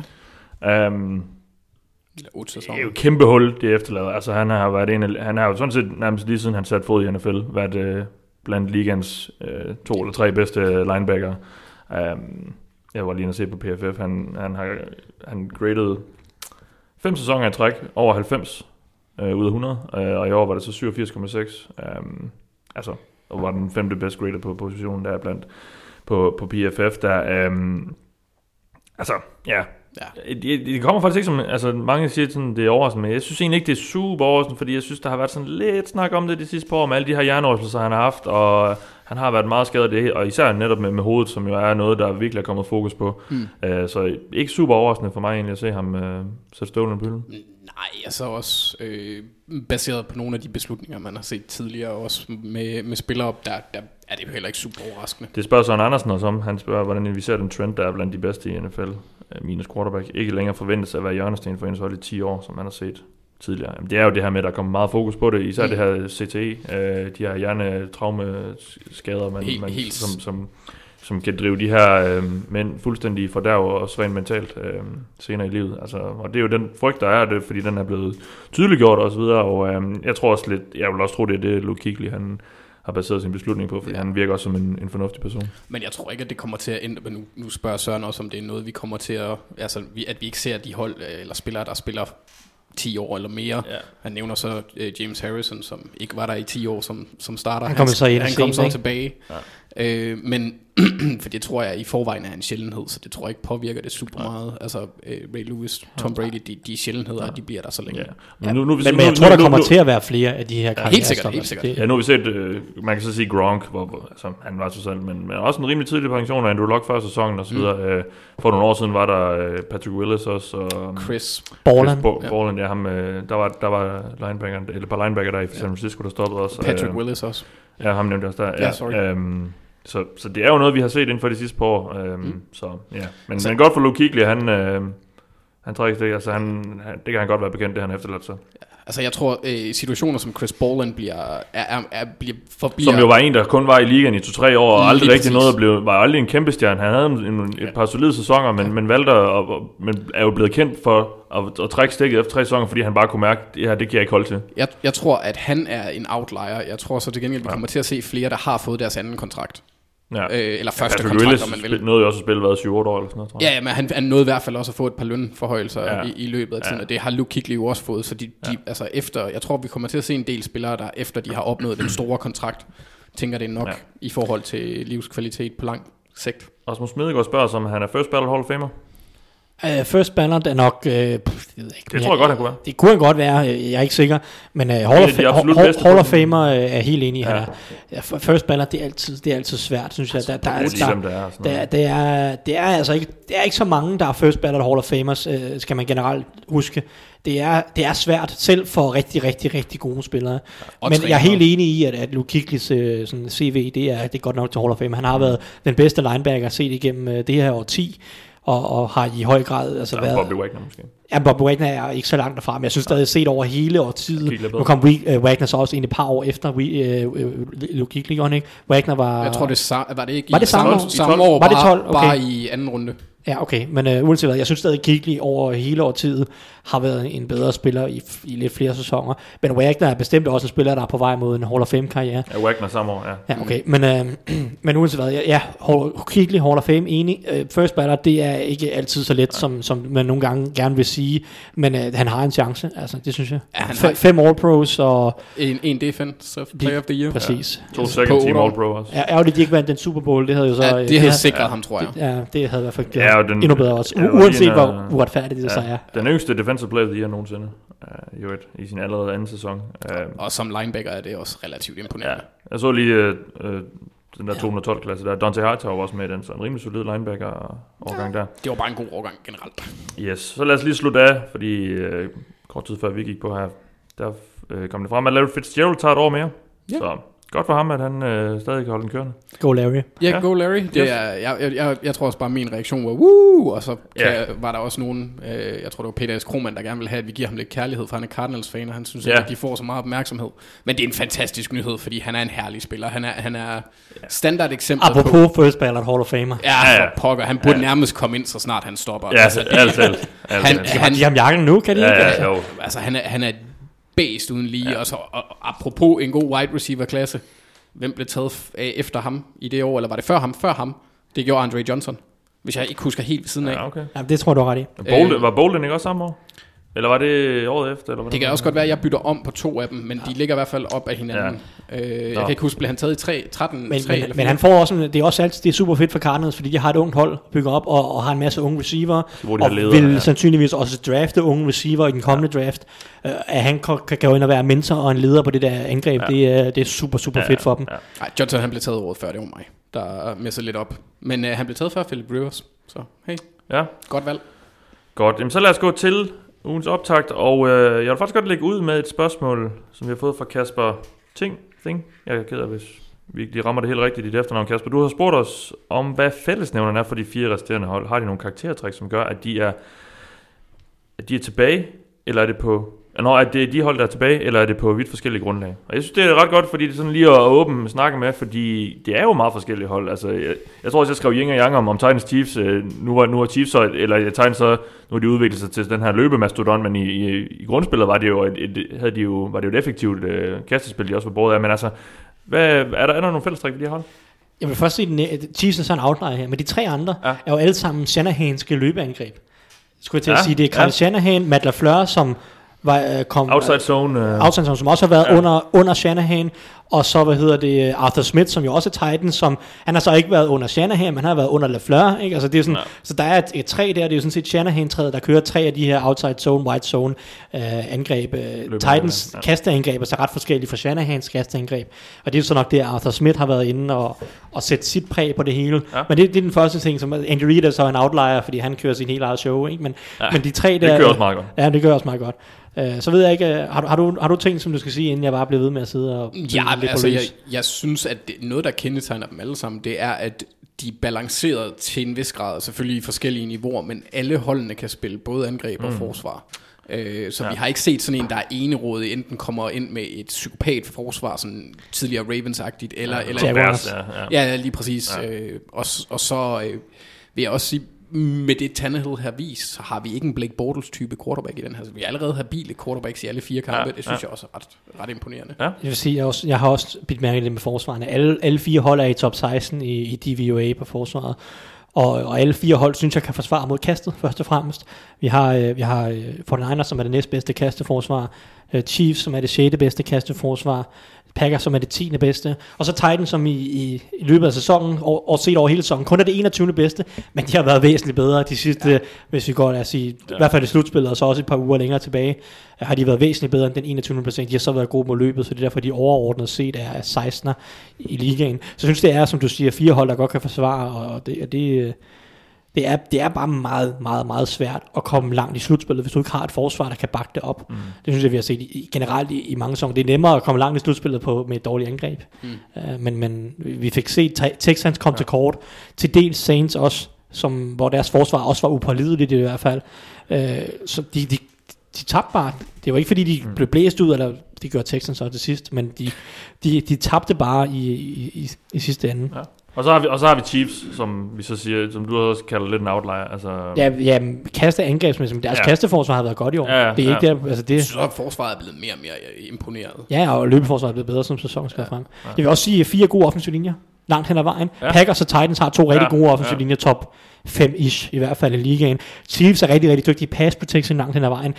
8 sæsoner. Det er jo et kæmpe hul, det efterlader. Altså han har jo sådan set nærmest lige siden han satte fod i NFL, været blandt ligens 2 eller 3 bedste linebacker. Jeg var lige at se på PFF, han graded 5 sæsoner i træk over 90 ud af 100, og i år var det så 87,6. Altså, og var den 5. bedst graded på positionen der blandt på PFF der. Altså, ja. Det kommer faktisk ikke som, altså mange siger sådan, det er overraskende, men jeg synes egentlig ikke, det er super overraskende, fordi jeg synes, der har været sådan lidt snak om det de sidste par år, med alle de her hjernerystelser, han har haft, og han har været meget skadet det, og især netop med hovedet, som jo er noget, der virkelig er kommet fokus på. Så ikke super overraskende for mig egentlig at se ham sætte støvlen på hylden. Nej, altså også baseret på nogle af de beslutninger, man har set tidligere, også med spillere op, der er det jo heller ikke super overraskende. Det spørger Søren Andersen også om. Han spørger, hvordan vi ser den trend, der er blandt de bedste i NFL. Minus quarterback ikke længere forventes at være hjørnesten for hendes hold i 10 år, som man har set tidligere. Jamen, det er jo det her med, at der kommer meget fokus på det, især det her CTE, de her hjernetraumeskader, som kan drive de her mænd fuldstændig fordærv og svagt mentalt senere i livet. Altså, og det er jo den frygt, der er det, fordi den er blevet tydeliggjort og så videre, og jeg tror også lidt, jeg vil også tro, det er det, Luke Kuechly, han har baseret sin beslutning på, fordi han virker også som en fornuftig person. Men jeg tror ikke, at det kommer til at ændre, men nu spørger Søren også, om det er noget, vi kommer til at, altså at vi ikke ser de hold eller spillere, der spiller 10 år eller mere. Ja. Han nævner så James Harrison, som ikke var der i 10 år som starter. Han kom så tilbage. Ja. Men for det tror jeg i forvejen er en sjældenhed, så det tror jeg ikke påvirker det super meget. Altså Ray Lewis, Tom Brady, de er sjældenheder, de bliver der så længe. Ja. Men jeg tror, der kommer til at være flere af de her karakterer. Helt sikkert. Ja, nu har vi set, man kan så sige Gronk, hvor altså, han var så selv, men også en rimelig tidlig pension, og Andrew Luck første sæsonen og så videre. For nogle år siden var der Patrick Willis også, og Chris Borland, ja, ham, der var linebackeren, eller par linebacker der i San Francisco, der stoppede også. Patrick Willis også. Ja, ham nævnte også der. Ja, sorry. Så det er jo noget, vi har set inden for de sidste par år. Så ja, men godt for Luke Kuechly, han trækker det. Altså det kan han godt være bekendt, det han efterladt sig. Altså jeg tror situationer som Chris Borland bliver som jo var en, der kun var i ligaen i 2-3 år og aldrig rigtig noget, var aldrig en kæmpe stjerne. Han havde et par solide sæsoner, men valgte men er jo blevet kendt for at trække stikket efter 3 sæsoner, fordi han bare kunne mærke, det kan jeg ikke holde til. Jeg tror, at han er en outlier. Jeg tror så til gengæld, vi kommer til at se flere, der har fået deres anden kontrakt. Ja. Eller første kontrakt, om man vil. Nåede jo også at spille 7-8 år eller sådan noget, tror jeg. Ja, men han nåede i hvert fald også at få et par lønforhøjelser i løbet af tiden, og det har Luke Kuechly jo også fået, så de altså efter, jeg tror vi kommer til at se en del spillere, der efter de har opnået den store kontrakt, tænker det nok i forhold til livskvalitet på lang sigt. Rasmus Smedegaard spørger sig, om han er first ballot Hall of Famer. First ballot er nok det tror jeg godt han kunne være. Det kunne han godt være. Jeg er ikke sikker, men Hall of Famer er helt enig i. First ballot, det er altid svært, synes jeg. Det er altså ikke, det er ikke så mange, der er first ballot Hall of Famers, skal man generelt huske. Det er svært selv for rigtig, rigtig, rigtig gode spillere. Men jeg er helt enig i, at Luke Kuechlys sådan CV, det er godt nok til Hall of Fame. Han har været den bedste linebacker set igennem det her årti. og har i høj grad altså været... Bobby Wagner måske. Ja, Bobby Wagner er ikke så langt derfra, men jeg synes stadig set over hele årtiet. Nu kom Wagner så også ind et par år efter Logik, ikke? Wagner var... Jeg tror, var det ikke var det samme år, var det 12? Okay. Bare i anden runde. Ja, okay, men uanset hvad, jeg synes stadig, Kigley over hele årtidet har været en bedre spiller i lidt flere sæsoner. Men Wagner er bestemt også en spiller, der er på vej mod en Hall of Fame-karriere. Ja, Wagner samme år, ja. Ja, okay, men uanset hvad, Kigley, Hall of Fame, enig. First batter, det er ikke altid så let, som man nogle gange gerne vil sige, men han har en chance, altså, det synes jeg. Ja, 5 All-Pros og... En Defense Player of the Year. Præcis. Ja. 2 second team All-Pro også. Ja, ærgerligt, de ikke vandt den Super Bowl, det havde jo så... Ja, det havde sikret ham, tror jeg. Ja, det havde i hvert fald endnu bedre også. Uanset hvor uretfærdigt det så er. Den yngste Defensive Player of the Year nogensinde, i sin allerede anden sæson. Og som linebacker er det også relativt imponerende. Ja. Jeg så lige den der 212-klasse der. Dante Hightower var også med i den, så en rimelig solid linebacker-årgang der. Det var bare en god årgang generelt. Yes, så lad os lige slutte af, fordi kort tid før vi gik på her, der kom det frem, at Larry Fitzgerald tager et år mere. Ja. Så godt for ham, at han stadig kan holde den kørende. Go Larry. Ja, go Larry. Det er, jeg tror også bare, min reaktion var woo, og så var der også nogen, jeg tror det var Peter S. Krohmann, der gerne vil have, at vi giver ham lidt kærlighed, for han er Cardinals-fan, og han synes, at de får så meget opmærksomhed. Men det er en fantastisk nyhed, fordi han er en herlig spiller. Han er standard eksempel på... Apropos first ballot Hall of Famer. Ja, pokker. Han burde nærmest komme ind, så snart han stopper. Ja, alt. Han giver ham jakken nu, kan de ikke? Ja, altså, han er bæst uden lige, og så apropos en god wide receiver-klasse. Hvem blev taget efter ham i det år, eller var det før ham? Før ham. Det gjorde Andre Johnson, hvis jeg ikke husker helt ved siden af. Ja, okay. Ja, det tror du ret i. Var Bolden ikke også samme år? Eller var det året efter? Eller det kan også godt være, at jeg bytter om på 2 af dem, men de ligger i hvert fald op af hinanden. Ja. Jeg kan ikke huske, blev han taget i 13? Men han får også, det er også altid, det er super fedt for Cardinals, fordi de har et ungt hold, bygger op, og har en masse unge receiver, og vil sandsynligvis også drafte unge receiver i den kommende draft. At han kan gå ind og være mentor og en leder på det der angreb, det er super fedt for dem. Nej, Johnson han blev taget året før, det var mig, der messede lidt op. Men han blev taget før Philip Rivers, så hey, godt valg. Godt, jamen så lad os gå til ugens optakt, og jeg vil faktisk godt lægge ud med et spørgsmål, som vi har fået fra Kasper Ting. Jeg er ked af, hvis vi ikke lige rammer det helt rigtigt i dit efternavn, Kasper. Du har spurgt os om, hvad fællesnævnerne er for de 4 resterende hold. Har de nogle karaktertræk, som gør, at de er tilbage, eller er det på... at det er de hold, der er tilbage, eller er det på vidt forskellige grundlag? Og jeg synes, det er ret godt, fordi det er sådan lige at åbne snakke med, fordi det er jo meget forskellige hold. Altså, jeg tror også, jeg skrev yin og yang om Titans Chiefs. Nu er Chiefs så, eller Titans så, nu har de udviklet sig til den her løbemastodon, men i grundspillet var det jo et effektivt kastespil, de også var båret af. Men altså, er der nogle fællestræk ved de her hold? Jeg vil først sige, at Chiefs er sådan en outlier her, men de 3 andre er jo alle sammen Shanahanske løbeangreb. Skulle jeg til at sige, det er Kyle Shanahan, Matt LaFleur, som kom outside zone, som også har været under Shanahan, og så Arthur Smith, som jo også er Titan, som han har så ikke været under Shanahan, men han har været under LaFleur, ikke? Altså det er sådan, så der er et 3 der, det er jo sådan set Shanahan-træet, der kører 3 af de her outside zone, white zone angreb. Titans kasteangreb er så ret forskellige fra Shanahans kasteangreb, og det er så nok det, Arthur Smith har været inde og sætte sit præg på det hele. Men det er den første ting, som Andy Reid er så en outlier, fordi han kører sin helt eget show, ikke? Men de 3 der... Det gør også meget godt. Ja, det gør også meget godt. Så ved jeg ikke, har du ting, som du skal sige, inden jeg bare bliver ved med at sidde og... Ja, altså jeg synes, at noget, der kendetegner dem alle sammen, det er, at de er balanceret til en vis grad, selvfølgelig i forskellige niveauer, men alle holdene kan spille både angreb og forsvar. Så vi har ikke set sådan en, der er enerådig, enten kommer ind med et psykopat forsvar, sådan tidligere Ravens-agtigt, eller lige præcis. Og så vil jeg også sige, med det Tannehill har vist, så har vi ikke en Blake Bortles type quarterback i den her. Vi er allerede habile quarterbacks i alle 4 kampe. Det synes jeg også er ret imponerende. Jeg vil sige, jeg har også bidt mærke det med forsvarene. Alle 4 hold er i top 16 i DVOA på forsvaret. Og alle 4 hold synes jeg kan forsvare mod kastet først og fremmest. Vi har 49ers, som er det næstbedste kasteforsvar, Chiefs, som er det 6. bedste kasteforsvar, Packers, som er det 10. bedste, og så Titans, som i løbet af sæsonen, og set over hele sæsonen, kun er det 21. bedste, men de har været væsentligt bedre de sidste, hvis vi går at sige, i hvert fald i slutspillet, og så også et par uger længere tilbage, har de været væsentligt bedre end den 21. placering. De har så været gode mod løbet, så det er derfor, de overordnet set er 16'er i ligaen. Så jeg synes, det er, som du siger, 4 hold, der godt kan forsvare, og det er bare meget, meget, meget svært at komme langt i slutspillet, hvis du ikke har et forsvar, der kan bakke det op. Det synes jeg, vi har set generelt i mange sæsoner. Det er nemmere at komme langt i slutspillet med et dårligt angreb. Men vi fik set Texans komme til kort, til dels Saints også, hvor deres forsvar også var upålideligt i hvert fald. Så de tabte bare. Det var ikke fordi de blev blæst ud, eller det gjorde Texans så til sidst, men de tabte bare i sidste ende. Ja. Og så har vi Chiefs, som vi så siger, som du også kalder lidt en outlier. Altså, ja, kaste angrebsmæssigt. Deres kasteforsvar har været godt i år. Ja, det er ikke der, altså det. Så forsvaret er blevet mere og mere imponeret. Ja, og løbeforsvaret er blevet bedre, som sæsonen skal frem. Jeg vil også sige 4 gode offensive linjer langt hen ad vejen. Packers og Titans har 2 rigtig gode offensive linjer, top 5-ish i hvert fald i ligaen. Chiefs er rigtig, rigtig dygtige pass protection langt hen ad vejen.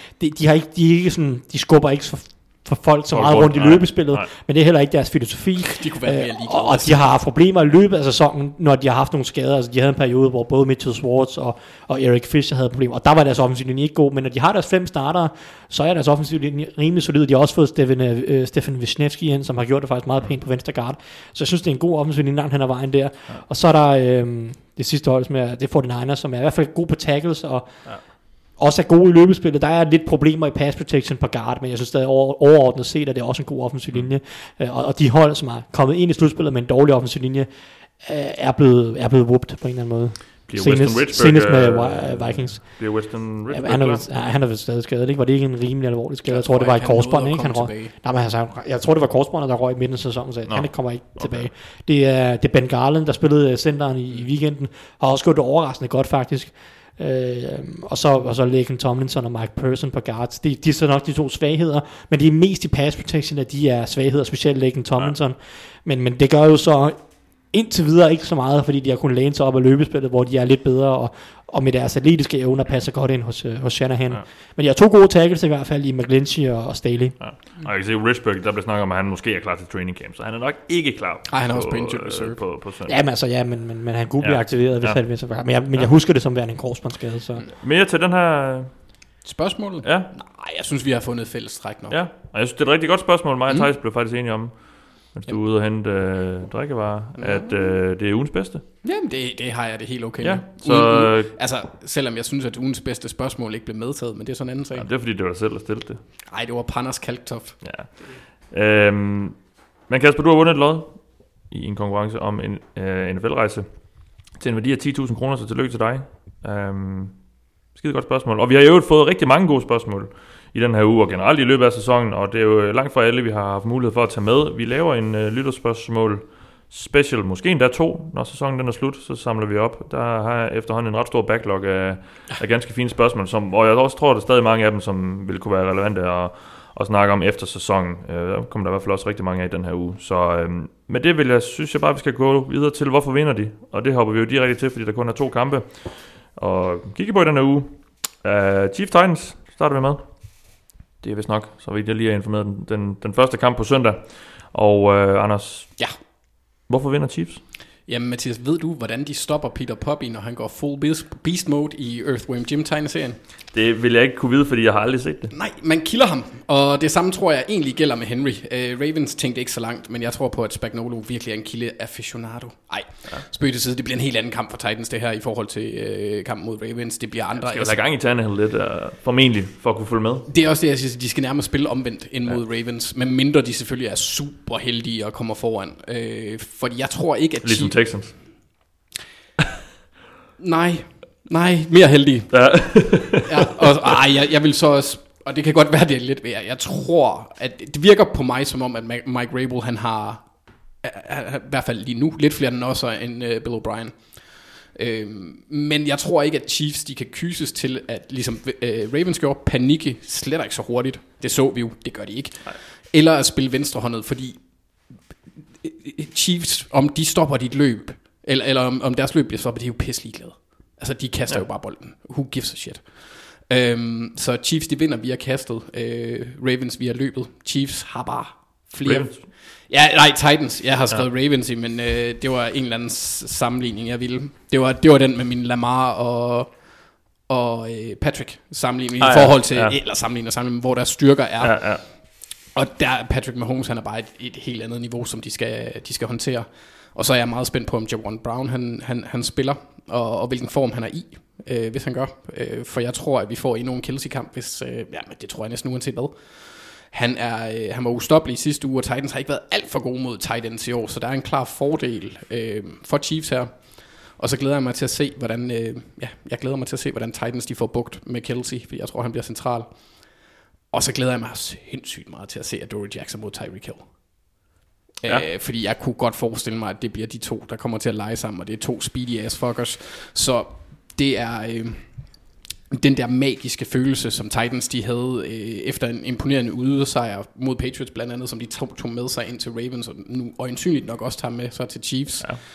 De skubber ikke for folk så meget rundt i løbespillet, men det er heller ikke deres filosofi. De kunne være mere ligeglade. Og de har haft problemer i løbet af sæsonen, når de har haft nogle skader. Altså, de havde en periode, hvor både Mitchell Schwartz og Eric Fisher havde problemer, og der var deres offensiv linje ikke god, men når de har deres 5 startere, så er deres offensiv linje rimelig solid. De har også fået Stefan Wisniewski ind, som har gjort det faktisk meget pænt på venstre guard. Så jeg synes, det er en god offensiv linje langt hen ad vejen der. Og så er der det sidste hold, som er 49ers, som er i hvert fald god på tackles, og også er gode i løbespillet. Der er lidt problemer i pass protection på guard, men jeg synes stadig overordnet set, at det er også en god offensiv linje. Og de hold, som er kommet ind i slutspillet med en dårlig offensiv linje, er blevet whooped på en eller anden måde. Senest med Vikings. Bliver Weston Richburg han er vel stadig skadet, ikke? Var det ikke en rimelig alvorlig skade? Jeg tror, det var et korsbånd, ikke? Jeg tror, det var korsbåndet, der røg i midten af sæsonen, så han kommer ikke tilbage. Det er Ben Garland, der spillede centeren i weekenden, har også gået overraskende godt faktisk. Og så Laken Tomlinson og Mike Person på guards. De er så nok de 2 svagheder, men det er mest i pass protection, at de er svagheder, specielt Laken Tomlinson. Men det gør jo så indtil videre ikke så meget, fordi de har kunnet læne sig op af løbespillet, hvor de er lidt bedre, og med deres atletiske evner passer godt ind hos Shanahan. Ja. Men de har 2 gode tackles i hvert fald i McGlinchey og Staley. Ja. Og jeg kan se, Richburg, der bliver snakket om, at han måske er klar til training camp, så han er nok ikke klar. Nej, han er også på injured reserve. På søndag. Men han kunne blive aktiveret, hvis han vil. Men jeg husker det som værende en korsbåndsskade. Så. Mere til den her... Spørgsmålet? Ja. Nej, jeg synes, vi har fundet fælles træk nok. Ja, og jeg synes, det er et rigtig godt spørgsmål. Mig og Thijs blev faktisk enige om, mens du er ude og hente drikkevarer, at det er ugens bedste. Jamen, det har jeg det helt okay med. Så, altså, selvom jeg synes, at ugens bedste spørgsmål ikke blev medtaget, men det er sådan en anden sag. Ja, det er fordi, det var dig selv, der stillede det. Nej, det var Panders Kalktoft. Ja. Men Kasper, du har vundet et lod i en konkurrence om en NFL-rejse til en værdi af 10.000 kroner, så tillykke til dig. Skide godt spørgsmål. Og vi har jo fået rigtig mange gode spørgsmål i den her uge, og generelt i løbet af sæsonen, og det er jo langt fra alle, vi har haft mulighed for at tage med. Vi laver en lytterspørgsmål special, måske endda 2, når sæsonen den er slut, så samler vi op. Der har jeg efterhånden en ret stor backlog af ganske fine spørgsmål, og jeg også tror, at der er stadig mange af dem, som vil kunne være relevante at snakke om efter sæsonen. Der kommer der i hvert fald også rigtig mange af i den her uge. Så med det synes jeg bare, vi skal gå videre til, hvorfor vinder de? Og det hopper vi jo direkte til, fordi der kun er 2 kampe. Og kigge på i den her uge. Chiefs Titans starter vi med. Det er vist nok, så vidt jeg lige har informeret den første kamp på søndag. Og Anders, hvorfor vinder Chiefs? Jamen Mathias, ved du, hvordan de stopper Peter Poppy, når han går full beast mode i Earthworm Jim-tegneserien? Det vil jeg ikke kunne vide, fordi jeg har aldrig set det. Nej, man kilder ham, og det samme tror jeg egentlig gælder med Henry. Ravens tænkte ikke så langt, men jeg tror på, at Spagnuolo virkelig er en kilde aficionado. Spøg til side, det bliver en helt anden kamp for Titans det her i forhold til kampen mod Ravens. Det bliver andre... Skal jo have gang i Tannehill lidt, formentlig, for at kunne følge med. Det er også det, jeg siger, de skal nærmest spille omvendt ind mod Ravens, men mindre de selvfølgelig er super heldige og kommer foran. Fordi jeg tror ikke, at... Ligesom Texans. Nej, mere heldige. Ja. Jeg vil så også, og det kan godt være, det er lidt mere. Jeg tror, at det virker på mig som om, at Mike Vrabel, han har i hvert fald lige nu lidt flere også end Bill O'Brien. Men jeg tror ikke, at Chiefs de kan kyses til at ligesom Ravens gjorde, panikke slet ikke så hurtigt. Det så vi jo, det gør de ikke. Nej. Eller at spille venstrehåndet, fordi Chiefs, om de stopper dit løb, eller om deres løb bliver stoppet, de er jo pisselig glade. Altså de kaster jo bare bolden. Who gives a shit? Så Chiefs de vinder via kastet, Ravens via løbet. Chiefs har bare flere... Ravens. Ja, nej, Titans. Jeg har skrevet Ravens i, men det var en eller anden sammenligning, jeg ville. Det var den med min Lamar og Patrick sammenligning i forhold til, eller sammenligning, hvor deres styrker er. Ja. Og der Patrick Mahomes, han er bare et helt andet niveau, som de skal håndtere. Og så er jeg meget spændt på, om Javon Brown han spiller, og hvilken form han er i, hvis han gør. For jeg tror, at vi får endnu en Kelsey-kamp, hvis... men det tror jeg næsten uanset hvad. Han var ustoppelig i sidste uge, og Titans har ikke været alt for gode mod Titans i år, så der er en klar fordel for Chiefs her. Og så glæder jeg mig til at se, hvordan Titans de får bugt med Kelce, for jeg tror, han bliver central. Og så glæder jeg mig sindssygt meget til at se Adoree Jackson mod Tyreek Hill. Ja. Fordi jeg kunne godt forestille mig, at det bliver de to, der kommer til at lege sammen, og det er 2 speedy ass fuckers. Så det er den der magiske følelse, som Titans de havde efter en imponerende udesejr mod Patriots blandt andet, som de tog med sig ind til Ravens, og nu øjensynligt nok også tager med så til Chiefs. Ja.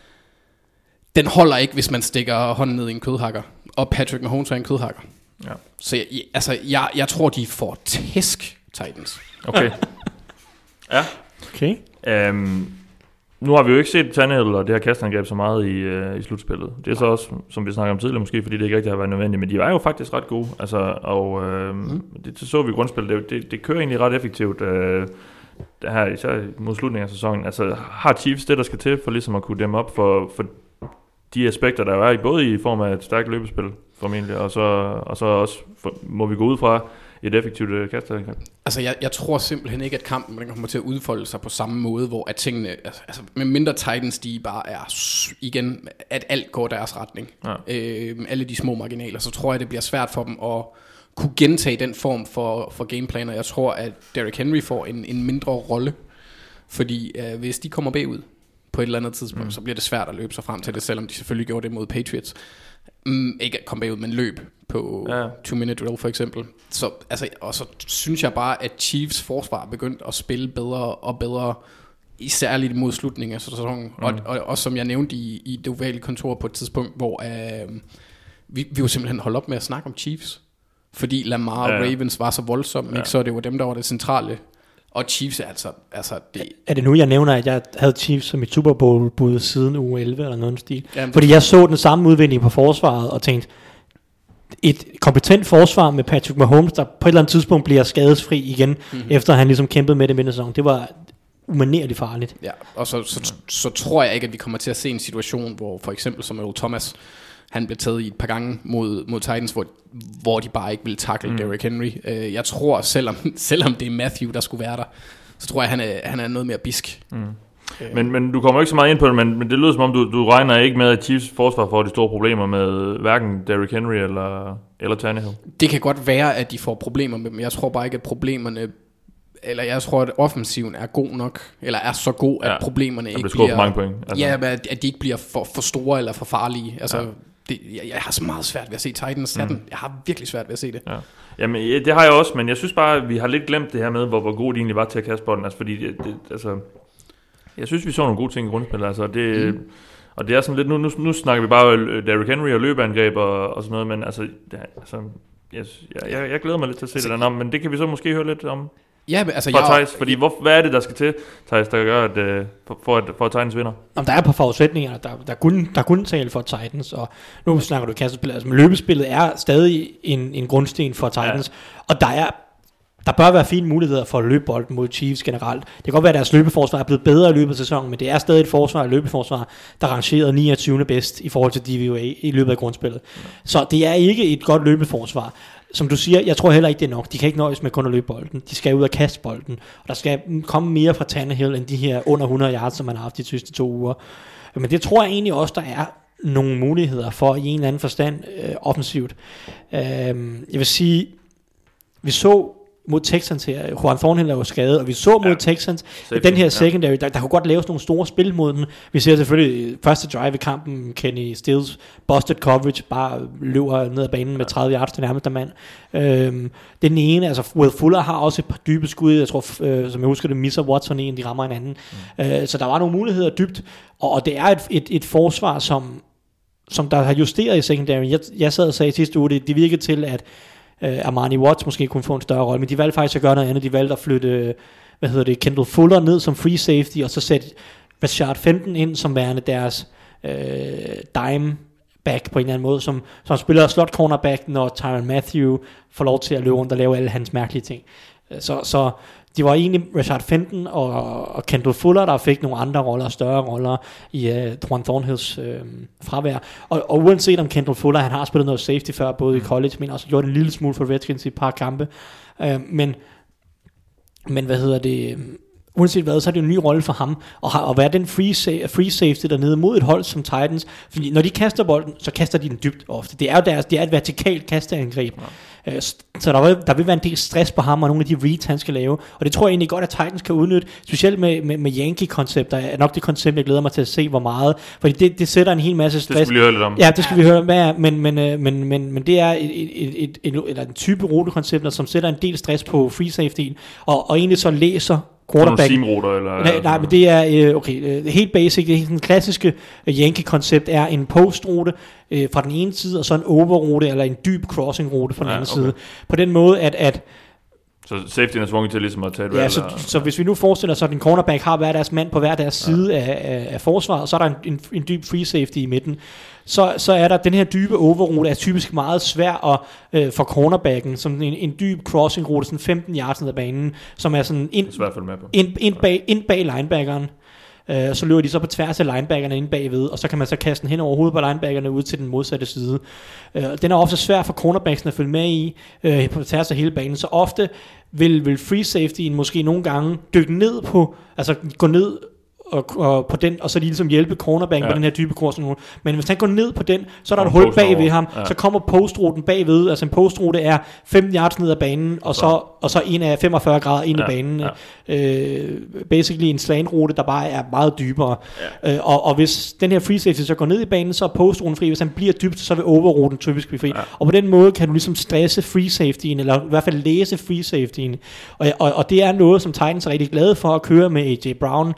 Den holder ikke, hvis man stikker hånden ned i en kødhakker, og Patrick Mahomes er en kødhakker. Ja. Så jeg tror, de får tæsk Titans. Okay. Ja. Okay. Nu har vi jo ikke set Tannehill og det her kastangreb så meget i slutspillet. Det er så også, som vi snakker om tidligere måske, fordi det ikke rigtig har været nødvendigt, men de var jo faktisk ret gode. Altså, og det så vi i grundspillet. Det kører egentlig ret effektivt. Det her, især mod slutningen af sæsonen. Altså, har Chiefs det, der skal til for ligesom at kunne dæmme op for de aspekter, der er både i form af et stærkt løbespil formentlig, og så også må vi gå ud fra et effektivt kastangreb. Altså jeg tror simpelthen ikke, at kampen den kommer til at udfolde sig på samme måde, hvor at tingene, altså med mindre Titans, de bare er igen, at alt går deres retning. Ja. Alle de små marginaler, så tror jeg, det bliver svært for dem at kunne gentage den form for gameplaner. Jeg tror, at Derrick Henry får en mindre rolle, fordi hvis de kommer bagud på et eller andet tidspunkt, så bliver det svært at løbe sig frem til det, selvom de selvfølgelig gjorde det mod Patriots. Ikke at komme bagud, men løb på 2-minute drill for eksempel. Så, altså, og så synes jeg bare, at Chiefs forsvar er begyndt at spille bedre og bedre, særligt mod slutningen af sæsonen. Og som jeg nævnte i det ovale kontor på et tidspunkt, hvor vi jo simpelthen holdt op med at snakke om Chiefs, fordi Lamar og Ravens var så voldsomme, ikke? Så det var dem, der var det centrale. Og Chiefs er altså det. Er det nu, jeg nævner, at jeg havde Chiefs som et Super Bowl-bud siden uge 11 eller noget stil? Jamen, fordi jeg så den samme udvikling på forsvaret og tænkte, et kompetent forsvar med Patrick Mahomes, der på et eller andet tidspunkt bliver skadesfri igen, efter han ligesom kæmpede med det midtersæson. Det var umanerligt farligt. Ja, og så tror jeg ikke, at vi kommer til at se en situation, hvor for eksempel som Earl Thomas, han blev taget i et par gange mod Titans, hvor de bare ikke ville tackle Derrick Henry. Jeg tror, selvom det er Matthew, der skulle være der, så tror jeg, han er noget mere bisk. Men du kommer ikke så meget ind på det, men det lyder som om, du regner ikke med, at Chiefs forsvar får de store problemer med hverken Derrick Henry eller Tannehill. Det kan godt være, at de får problemer med dem. Jeg tror bare ikke, at problemerne... Eller jeg tror, at offensiven er god nok, eller er så god, at problemerne ikke bliver... for mange point. Altså. Ja, at de ikke bliver for store eller for farlige. Altså... Jeg har så meget svært ved at se Titans tage den. Jeg har virkelig svært ved at se det. Ja. Jamen, det har jeg også, men jeg synes bare, at vi har lidt glemt det her med, hvor gode de egentlig var til at kaste bolden. Altså, fordi altså, jeg synes, vi så nogle gode ting i grundspillet. Altså, og det er sådan lidt, nu snakker vi bare Derrick Henry og løbeangreb og sådan noget, men altså, jeg glæder mig lidt til at se det der, men det kan vi så måske høre lidt om. Ja, altså fra Thijs, fordi hvad er det, der skal til, Thijs, der gør, at for at Titans vinder? Om der er på forudsætninger, der kunne tale for Titans, og nu snakker du kastespil, altså løbespillet er stadig en grundsten for Titans, og der bør være fine muligheder for at løbe bolden mod Chiefs generelt. Det kan godt være, at deres løbeforsvar er blevet bedre i løbet af sæsonen, men det er stadig et løbeforsvar, der rangerede 29. bedst i forhold til DVOA i løbet af grundspillet. Så det er ikke et godt løbeforsvar. Som du siger, jeg tror heller ikke, det er nok. De kan ikke nøjes med kun at løbe bolden. De skal ud og kaste bolden. Og der skal komme mere fra Tannehill end de her under 100 yards, som man har haft de sidste 2 uger. Men det tror jeg egentlig også, der er nogle muligheder for i en eller anden forstand offensivt. Jeg vil sige, vi så mod Texans her, Juan Thornhill er jo skadet, og vi så mod Texans, den her secondary, der kunne godt laves nogle store spil mod den. Vi ser selvfølgelig første drive i kampen, Kenny Stills busted coverage, bare løber ned ad banen med 30 yards til nærmeste mand. Den ene, altså Will Fuller har også et par dybe skud, jeg tror, som jeg husker det, misser Watson en, de rammer hinanden. Så der var nogle muligheder dybt, og det er et forsvar, som der har justeret i secondary. Jeg sad og sagde sidste uge, det virkede til, at Armani Watts måske kunne få en større rolle, men de valgte faktisk at gøre noget andet. De valgte at flytte, Kendall Fuller ned som free safety, og så sætte Rashard Fenton ind som værende deres dime back på en eller anden måde, som spiller slot cornerback, når Tyrann Mathieu får lov til at løbe rundt og lave alle hans mærkelige ting. Så de var egentlig Rashard Fenton og Kendall Fuller, der fik nogle andre roller, større roller i Juan Thornhills fravær. Og uanset om Kendall Fuller, han har spillet noget safety før, både i college, men også gjort en lille smule for Redskins i et par kampe. Men uanset hvad, så er det jo en ny rolle for ham, at være den free safety dernede mod et hold som Titans, fordi når de kaster bolden, så kaster de den dybt ofte. Det er et vertikalt kasteangreb. Ja. Så der vil være en del stress på ham, og nogle af de reads, han skal lave, og det tror jeg egentlig godt, at Titans kan udnytte, specielt med Yankee-koncepter, er nok det koncept, jeg glæder mig til at se, hvor meget, fordi det sætter en hel masse stress. Det skal vi høre lidt om. Ja, det skal vi høre om, men det er en type rutekoncepter, som sætter en del stress på free safetyen, og egentlig så læser quarterback. Eller nej, men det er helt basic. Det er den klassiske Yankee-koncept er en postrute fra den ene side, og så en overrute eller en dyb crossing-rute fra den anden side. På den måde, at så safety er svunget til ligesom at tage et valg. Så hvis vi nu forestiller os, at en cornerback har hver deres mand på hver deres side af forsvaret, og så er der en dyb free safety i midten, så er der den her dybe overrute, er typisk meget svær for cornerbacken, som en dyb crossing rute, sådan 15 yards ned ad banen, som er sådan ind bag linebackeren. Så løber de så på tværs af linebackerne inde bagved, og så kan man så kaste den hen over hovedet på linebackerne ud til den modsatte side. Den er ofte svær for cornerbacksene at følge med i på tværs af hele banen, så ofte vil free safetyen måske nogle gange dykke ned på, altså gå ned og på den, og så ligesom hjælpe cornerbacken på den her dybe crossing. Men hvis han går ned på den, så er der et hul bag ved ham, så kommer postruten bagved, altså en postrute er 5 yards ned ad banen, og så en af 45 grader ind i banen. Basically en slantrute, der bare er meget dybere. Og hvis den her free safety så går ned i banen, så er postruten fri. Hvis han bliver dybt, så vil overruten typisk blive fri. Og på den måde kan du ligesom stresse free safetyen, eller i hvert fald læse free safetyen. Og det er noget, som Titans er rigtig glade for at køre med AJ Brown,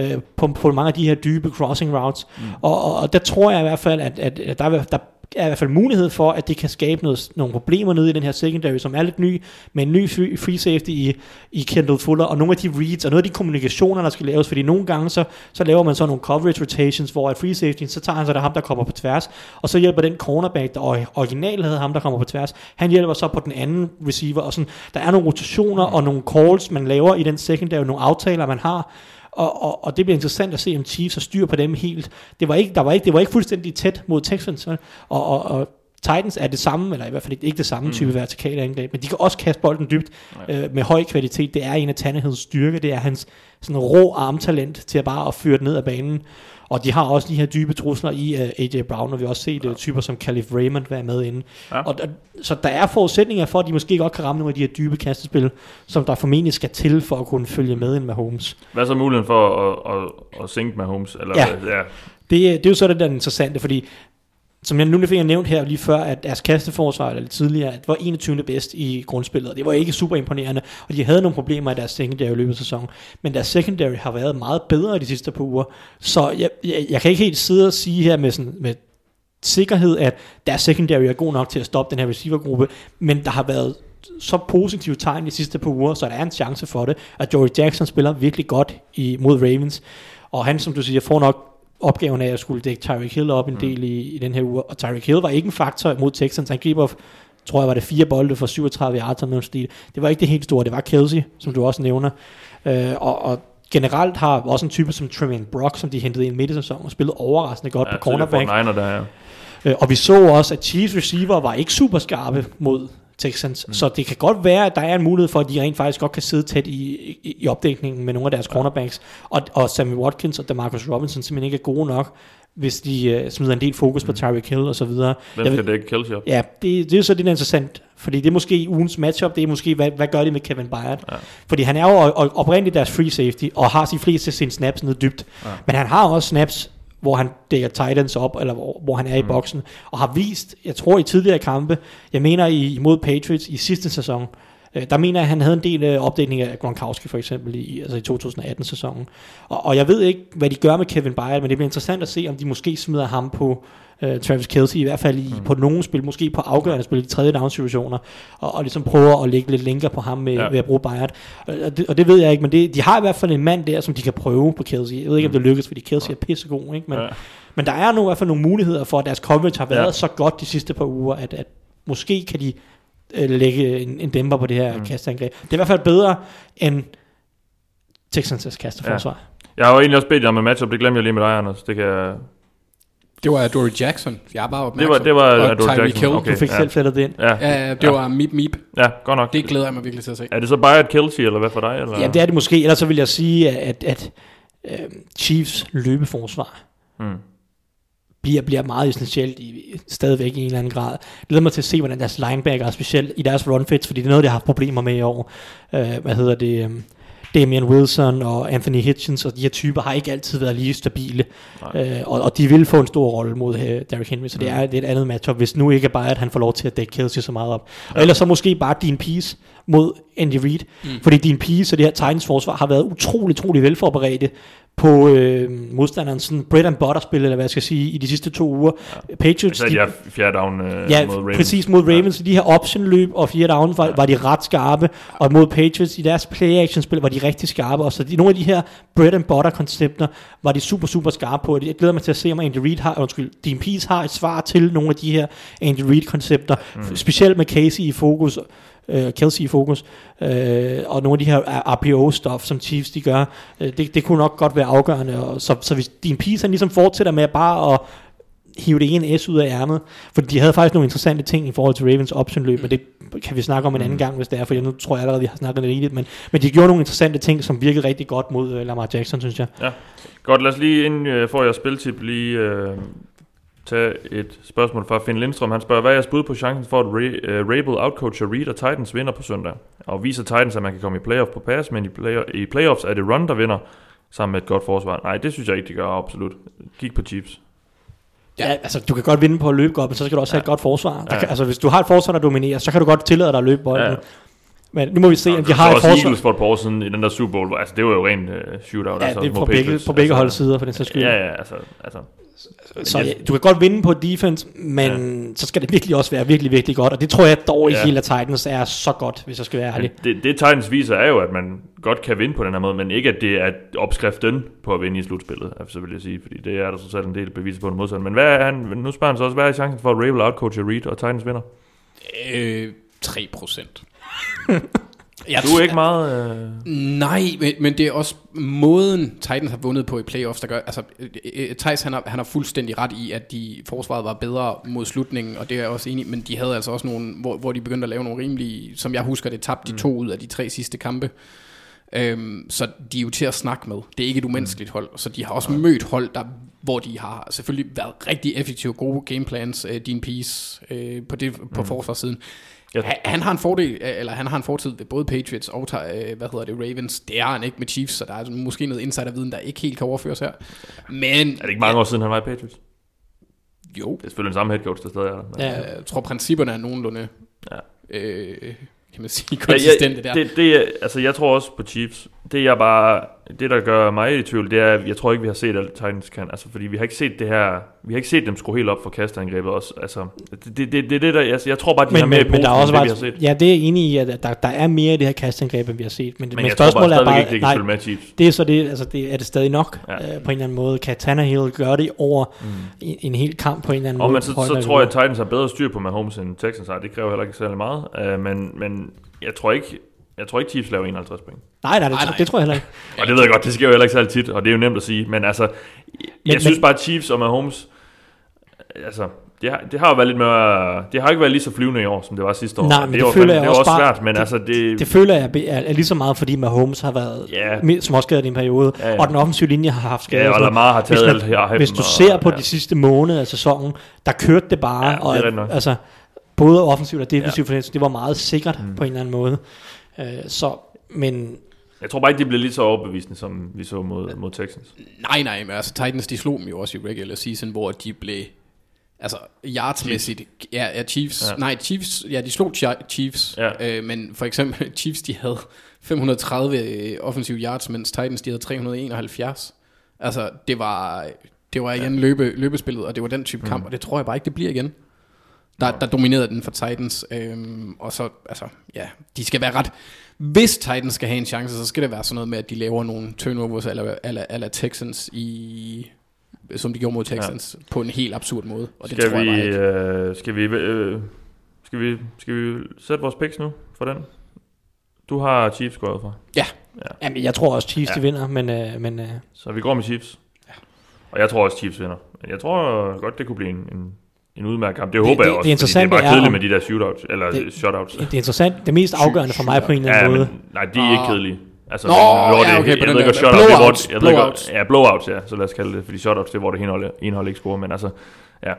på mange af de her dybe crossing routes. Og der tror jeg i hvert fald, at der er i hvert fald mulighed for, at det kan skabe nogle problemer nede i den her secondary, som er lidt ny, med en ny free safety i Kendall Fuller, og nogle af de reads, og noget af de kommunikationer, der skal laves, fordi nogle gange, så laver man så nogle coverage rotations, hvor free safety, så tager han så der ham, der kommer på tværs, og så hjælper den cornerback, der originalt havde ham, der kommer på tværs, han hjælper så på den anden receiver, og sådan, der er nogle rotationer, og nogle calls, man laver i den secondary, nogle aftaler, man har, og det bliver interessant at se, om Chiefs har styr på dem helt. Det var ikke fuldstændig tæt mod Texans, og Titans er det samme, eller i hvert fald ikke det samme type vertikale angreb, men de kan også kaste bolden dybt med høj kvalitet. Det er en af Tannehills styrke, det er hans sådan rå armtalent til at bare at føre det ned ad banen. Og de har også de her dybe trusler i AJ Brown, og vi har også set typer som Khalif Raymond være med inde. Ja. Så der er forudsætninger for, at de måske godt kan ramme nogle af de her dybe kastespil, som der formentlig skal til for at kunne følge med ind med Mahomes. Hvad er så muligheden for at sænke Mahomes? Eller det er jo så det der interessante, fordi som jeg nu fik nævnt her lige før, at deres kasteforsvar eller lidt tidligere, at det var 21. bedst i grundspillet, og det var ikke super imponerende, og de havde nogle problemer i deres secondary i løbet af sæsonen, men deres secondary har været meget bedre de sidste par uger, så jeg kan ikke helt sidde og sige her med sikkerhed, at deres secondary er god nok til at stoppe den her receivergruppe, men der har været så positive tegn de sidste par uger, så der er en chance for det, at Joey Jackson spiller virkelig godt mod Ravens, og han, som du siger, får nok opgaven af at skulle dække Tyreek Hill op en del i den her uge, og Tyreek Hill var ikke en faktor mod Texans. Han griber, tror jeg, var det 4 bolde for 37 yards og noget stil. Det var ikke det helt store, det var Kelsey, som du også nævner. Og generelt har også en type som Tremaine Brock, som de hentede i en midt i sæsonen, og spillede overraskende godt på cornerback. Og vi så også, at Chiefs receiver var ikke super skarpe mod Texans, så det kan godt være, at der er en mulighed for, at de rent faktisk godt kan sidde tæt i opdækningen med nogle af deres cornerbacks, og Sammy Watkins og DeMarcus Robinson simpelthen ikke er gode nok, hvis de smider en del fokus på Tyreek Hill og så videre. Hvem skal dække Kelsey op? Ja, det er så det, der er interessant, fordi det er måske ugens matchup, det er måske, hvad gør de med Kevin Byard? Ja. Fordi han er jo oprindeligt deres free safety, og har de fleste sine snaps ned dybt, men han har også snaps, hvor han dækker tight ends op, eller hvor han er i boksen, og har vist, jeg tror i tidligere kampe, jeg mener imod Patriots i sidste sæson, der mener jeg, at han havde en del opdækning af Gronkowski for eksempel i 2018-sæsonen. Og jeg ved ikke, hvad de gør med Kevin Byard, men det bliver interessant at se, om de måske smider ham på Travis Kelce, i hvert fald på nogle spil, måske på afgørende spil, i tredje down situationer, og ligesom prøver at lægge lidt linker på ham ved at bruge Byard. Og det ved jeg ikke, men de har i hvert fald en mand der, som de kan prøve på Kelce. Jeg ved ikke, om det lykkes, fordi Kelce er pissegod, ikke? Men der er nu i hvert fald nogle muligheder for, at deres coverage har været så godt de sidste par uger, at måske kan de lægge en dæmper på det her kasteangreb. Det er i hvert fald bedre end Texans kasteforsvar. Jeg har jo egentlig også bedt jer om en matchup, det glemte jeg lige med dig, Anders. Det kan Det var Adoree Jackson. Jeg var opmærksom. Det var og Adoree Tyreek Jackson. Hill. Okay. Du fik selv flettet det ind. Ja, det var Meep. Ja, godt nok. Det glæder jeg mig virkelig til at se. Er det så bare et Kelce, eller hvad for dig? Eller? Ja, det er det måske. Ellers så vil jeg sige, at Chiefs løbeforsvar bliver meget essentielt stadigvæk i en eller anden grad. Jeg glæder mig til at se, hvordan deres linebacker er specielt i deres run fits, fordi det er noget, de har haft problemer med i år. Damian Wilson og Anthony Hitchens og de her typer har ikke altid været lige stabile. Og de vil få en stor rolle mod Derrick Henry, så det er et andet matchup, hvis nu ikke bare, at han får lov til at dække Kelce så meget op. Og ellers så måske bare Dean Pease mod Andy Reid, fordi Dean Pease og det her Titans forsvar har været utrolig velforberedte på modstanderens sådan bread and butter spil, eller hvad jeg skal sige, i de sidste 2 uger. Patriots, de har fjerde down mod Ravens. Præcis mod Ravens. De her option-løb og fjerde down var de ret skarpe, og mod Patriots i deres play-action-spil var de rigtig skarpe, og så nogle af de her bread and butter-koncepter var de super skarpe på. Jeg glæder mig til at se, om Dean Pease har et svar til nogle af de her Andy Reid-koncepter, specielt med Kelce i fokus, og nogle af de her RPO-stuff, som Chiefs de gør, det kunne nok godt være afgørende, og så hvis Dean Pease han ligesom fortsætter med bare at hive det ene S ud af ærmet, for de havde faktisk nogle interessante ting i forhold til Ravens optionløb, men det kan vi snakke om en anden gang, hvis det er, for nu tror jeg allerede, vi har snakket lidt rigeligt, men de gjorde nogle interessante ting, som virkede rigtig godt mod Lamar Jackson, synes jeg. Ja, godt, lad os lige, inden får jeg spiltip, lige tage et spørgsmål fra Finn Lindstrøm. Han spørger, hvad er jeres bud på chancen for, at Rabel outcoacher Reid og Titans vinder på søndag? Og viser Titans, at man kan komme i playoff på pass, men i playoffs er det run, der vinder, sammen med et godt forsvar. Nej, det synes jeg ikke, de gør absolut. Kig på Chiefs. Ja, altså du kan godt vinde på at løbe godt, men så skal du også have et godt forsvar. Altså hvis du har et forsvar, der dominerer, så kan du godt tillade dig at løbe bolden. Ja. Men nu må vi se, om de har et forsvar. Eagles for et par år siden i den der Super Bowl, altså det var jo rent shootout. Ja, altså, det er på begge holdsider for den sags skyld. Ja, altså. Så ja, du kan godt vinde på defense, men så skal det virkelig også være virkelig godt, og det tror jeg dog ikke helt, at Titans er så godt, hvis jeg skal være ærlig. Det Titans viser er jo, at man godt kan vinde på den her måde, men ikke at det er opskriften på at vinde i slutspillet, så vil jeg sige, fordi det er der så selv en del beviser på den modsatte. Men hvad er han, nu spørger han så også, hvad er chancen for at Rabel outcoacher Reid og Titans vinder? 3%. Du er ikke meget... Nej, men det er også måden Titans har vundet på i playoffs, der gør... Altså, Thijs, han har fuldstændig ret i, at forsvaret var bedre mod slutningen, og det er jeg også enig i, men de havde altså også nogle, hvor de begyndte at lave nogle rimelige... Som jeg husker, det tabte de 2 ud af de 3 sidste kampe. Så de er jo til at snakke med. Det er ikke et umenneskeligt hold, så de har også mødt hold, hvor de har selvfølgelig været rigtig effektive, gode gameplans, Dean Pease på forsvarssiden. Han har en fordel, eller han har en fortid ved både Patriots og Ravens. Det er han ikke med Chiefs, så der er måske noget insiderviden, der ikke helt kan overføres her. Men er det ikke mange år siden han var i Patriots? Jo. Det er selvfølgelig den samme head coach, der stadig er der. Ja, jeg tror principperne er nogenlunde kan man sige konsistente der. Altså jeg tror også på Chiefs. Det der gør mig i tvivl, det er, jeg tror ikke vi har set at Titans kan, altså fordi vi har ikke set det her, vi har ikke set dem skrue helt op for kastangrebet også. Altså det der, jeg tror bare de har mere i posen, end det vi har set. Ja, det er enig i, at der er mere i det her kastangreb, end vi har set. Men spørgsmålet er bare, ikke, nej, med Chiefs. Det er så det, altså det er det stadig nok på en eller anden måde. Kan Tannehill gøre det over en hel kamp på en eller anden måde? Men så tror jeg at Titans har bedre styr på Mahomes end Texans har. Det kræver heller ikke særlig meget, men jeg tror ikke Chiefs laver 51 point. Nej, det tror jeg heller ikke. Og det ved jeg godt, det sker jo heller ikke særlig tit, og det er jo nemt at sige. Men altså, jeg synes bare, at Chiefs og Mahomes, altså, det har jo været lidt mere, det har ikke været lige så flyvende i år, som det var sidste år. Nej, men det føler jeg også bare, svært, men altså det føler jeg er lige så meget, fordi Mahomes har været småskadet i en periode, og den offensive linje har haft skader. Ja, og Lamar har taget alt her. Hvis du ser på de sidste måneder af sæsonen, der kørte det bare, og altså både offensivt og defensivt, det var meget sikkert på en eller anden måde. Men jeg tror bare ikke, de blev lige så overbevisende, som vi så mod Texans. Nej, men altså Titans, de slog dem jo også i regular season, hvor de blev, altså yardsmæssigt, Chiefs, de slog Chiefs, men for eksempel Chiefs, de havde 530 offensive yards, mens Titans, de havde 371. Altså, det var igen løbespillet, og det var den type kamp, og det tror jeg bare ikke, det bliver igen. Der dominerede den for Titans, og så, altså, de skal være ret... Hvis Titans skal have en chance, så skal det være sådan noget med, at de laver nogle turnovers eller Texans som de gjorde mod Texans, på en helt absurd måde. Og det tror jeg bare ikke. Skal vi sætte vores picks nu for den? Du har Chiefs gået for. Ja. Jamen, jeg tror også Chiefs de vinder, men så vi går med Chiefs. Og jeg tror også, Chiefs vinder. Men jeg tror godt, det kunne blive en udmærket kamp. Det håber jeg også, det fordi det er bare kedeligt med de der shootouts, eller shutouts. Det er interessant. Det mest afgørende for mig på en eller anden måde. Nej, de er ikke kedelige. Altså, okay, jeg ved godt, shutouts. Blowouts, ja, så lad os kalde det. Fordi shutouts, det er, hvor det indhold ikke scorer. Men altså, ja.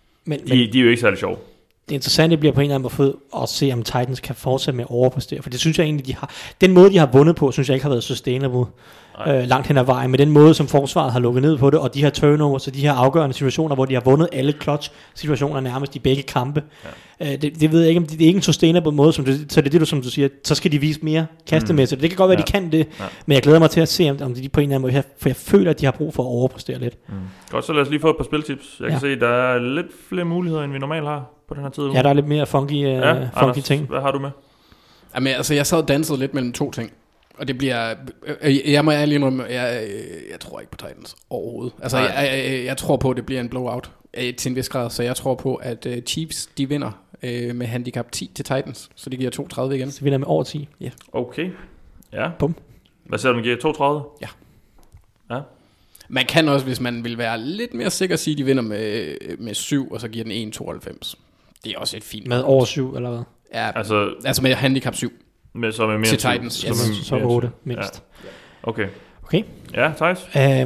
De er jo ikke særlig sjove. Det interessante bliver på en eller anden måde at se, om Titans kan fortsætte med at overpræstere. For det synes jeg egentlig, de har. Den måde, de har vundet på, synes jeg ikke har været sustainable langt hen ad vejen. Med den måde, som forsvaret har lukket ned på det, og de her turnovers, og de her afgørende situationer, hvor de har vundet alle clutch-situationer nærmest i begge kampe. Ja. Det ved jeg ikke, om det er ikke en sustainable måde, så det er det, som du siger, så skal de vise mere kastemæssigt. Det kan godt være, de kan det, men jeg glæder mig til at se, om de på en eller anden måde, for jeg føler, at de har brug for at overpræstere lidt. Godt, så lad os lige få et par spiltips. Jeg kan se, der er lidt flere muligheder, end vi normalt har på den her tid. Ja, der er lidt mere funky Anders, ting. Hvad har du med? Jamen, altså, jeg sad og dansede lidt mellem to ting. Og det bliver... Jeg må ærlig indrømme, jeg tror ikke på Titans overhovedet. Altså, jeg tror på, at det bliver en blowout til en vis grad. Så jeg tror på, at Chiefs, de vinder med handicap 10 til Titans. Så det giver 2-30 igen. Så vinder med over 10. Ja. Okay. Ja. Bum. Hvad siger du, den giver 2-30? Ja. Man kan også, hvis man vil være lidt mere sikker, sige, at de vinder med 7, og så giver den 1,92. Det er også et fint. Med over 7, eller hvad? Ja, altså med handicap 7. Så med mere til Titans. Så 8 mindst. Ja. Okay. Ja, Thijs?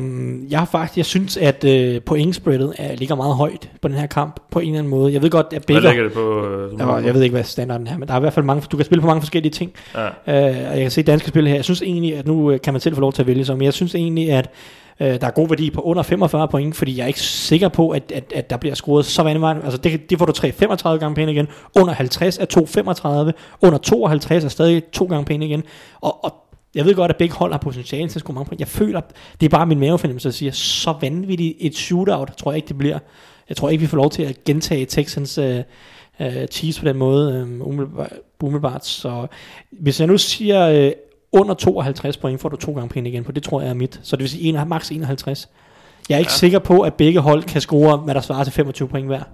Jeg synes, at pointspreadet ligger meget højt på den her kamp, på en eller anden måde. Jeg ved godt, at begge... Hvad ligger det på? Jeg ved ikke, hvad standarden er, men der er i hvert fald mange... Du kan spille på mange forskellige ting. Ja. Jeg kan se danske spil her. Jeg synes egentlig, at nu kan man selv få lov til at vælge sig, men jeg synes egentlig, at der er god værdi på under 45 point, fordi jeg er ikke sikker på, at der bliver scoret så vanvittigt. Altså det får du 3,35 gange penge igen. Under 50 er 2,35. Under 52 er stadig 2 gange penge igen. Og jeg ved godt, at begge hold har potentiale til at score mange point. Jeg føler, det er bare min mavefornemmelse, der siger, så vanvittigt et shootout, tror jeg ikke, det bliver. Jeg tror ikke, vi får lov til at gentage Texans Chiefs på den måde, umiddelbart. Så hvis jeg nu siger under 52 point, får du 2 gange penge igen på. Det tror jeg er mit. Så det vil sige max 51. Jeg er ikke sikker på, at begge hold kan score, hvad der svarer til 25 point hver.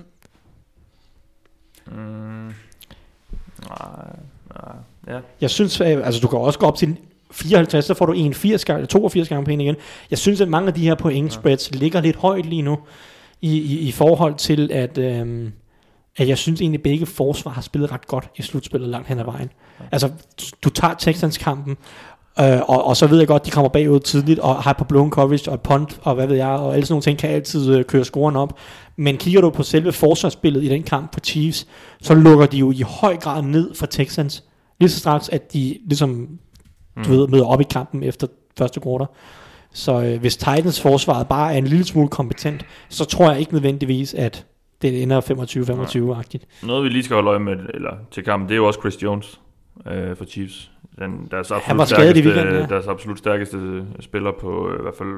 Ja. Jeg synes, altså du kan også gå op til 54, så får du 82 gange penge igen. Jeg synes, at mange af de her point spreads ligger lidt højt lige nu, i forhold til, at jeg synes egentlig, at begge forsvar har spillet ret godt i slutspillet langt hen ad vejen. Altså, du tager Texans-kampen, og så ved jeg godt, de kommer bagud tidligt, og har på blown coverage, og punt, og hvad ved jeg, og alle sådan nogle ting kan altid køre scoren op. Men kigger du på selve forsvarsspillet i den kamp på Chiefs, så lukker de jo i høj grad ned for Texans, lige så straks, at de ligesom, møder op i kampen efter første quarter. Så hvis Titans forsvaret bare er en lille smule kompetent, så tror jeg ikke nødvendigvis, at det ender 25-25-agtigt. Noget vi lige skal holde øje med til kampen, det er jo også Chris Jones for Chiefs. Deres absolut stærkeste spiller på i hvert fald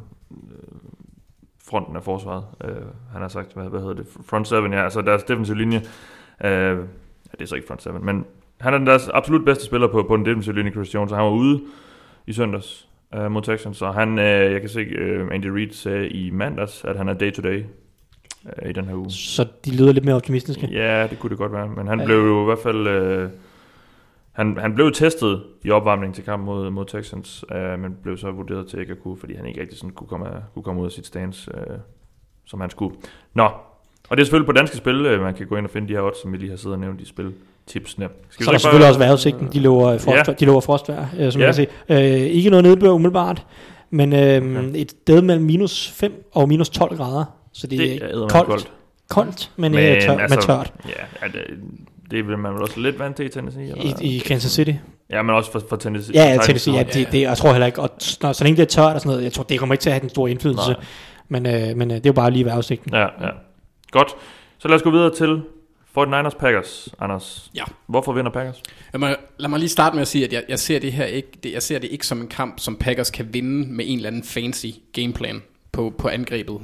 fronten af forsvaret. Han har sagt, hvad hedder det? Front 7, ja. Altså deres defensive linje. Det er så ikke front 7, men han er deres absolut bedste spiller på den defensive linje, Chris Jones. Han var ude i søndags mod Texans, så han, jeg kan se, Andy Reid sagde i mandags, at han er day-to-day i den her uge. Så de lyder lidt mere optimistiske? Ja, det kunne det godt være, men han blev jo i hvert fald... Han blev testet i opvarmningen til kamp mod Texans, men blev så vurderet til ikke at kunne, fordi han ikke rigtig sådan kunne komme ud af sit stance, som han skulle. Nå, og det er selvfølgelig på danske spil, man kan gå ind og finde de her odds, som vi lige har siddet og nævnt i spiltipsene. Så er der selvfølgelig også vejrudsigten, de lover frostvejr, som jeg kan se. Ikke noget nedbør umiddelbart, men et sted mellem minus 5 og minus 12 grader, så det er koldt, men tørt. Ja, det vil man vel også lidt vant til i Tennessee? I Kansas City? Ja, men også for Tennessee. Ja, Tennessee, det, jeg tror heller ikke, og så længe det er tørt og sådan noget, jeg tror, det kommer ikke til at have den store indflydelse, men det er jo bare lige vejrudsigten. Ja. Godt. Så lad os gå videre til 49ers Packers, Anders. Ja. Hvorfor vinder Packers? Lad mig lige starte med at sige, at jeg ser det her ikke, jeg ser det ikke som en kamp, som Packers kan vinde med en eller anden fancy gameplan på angrebet.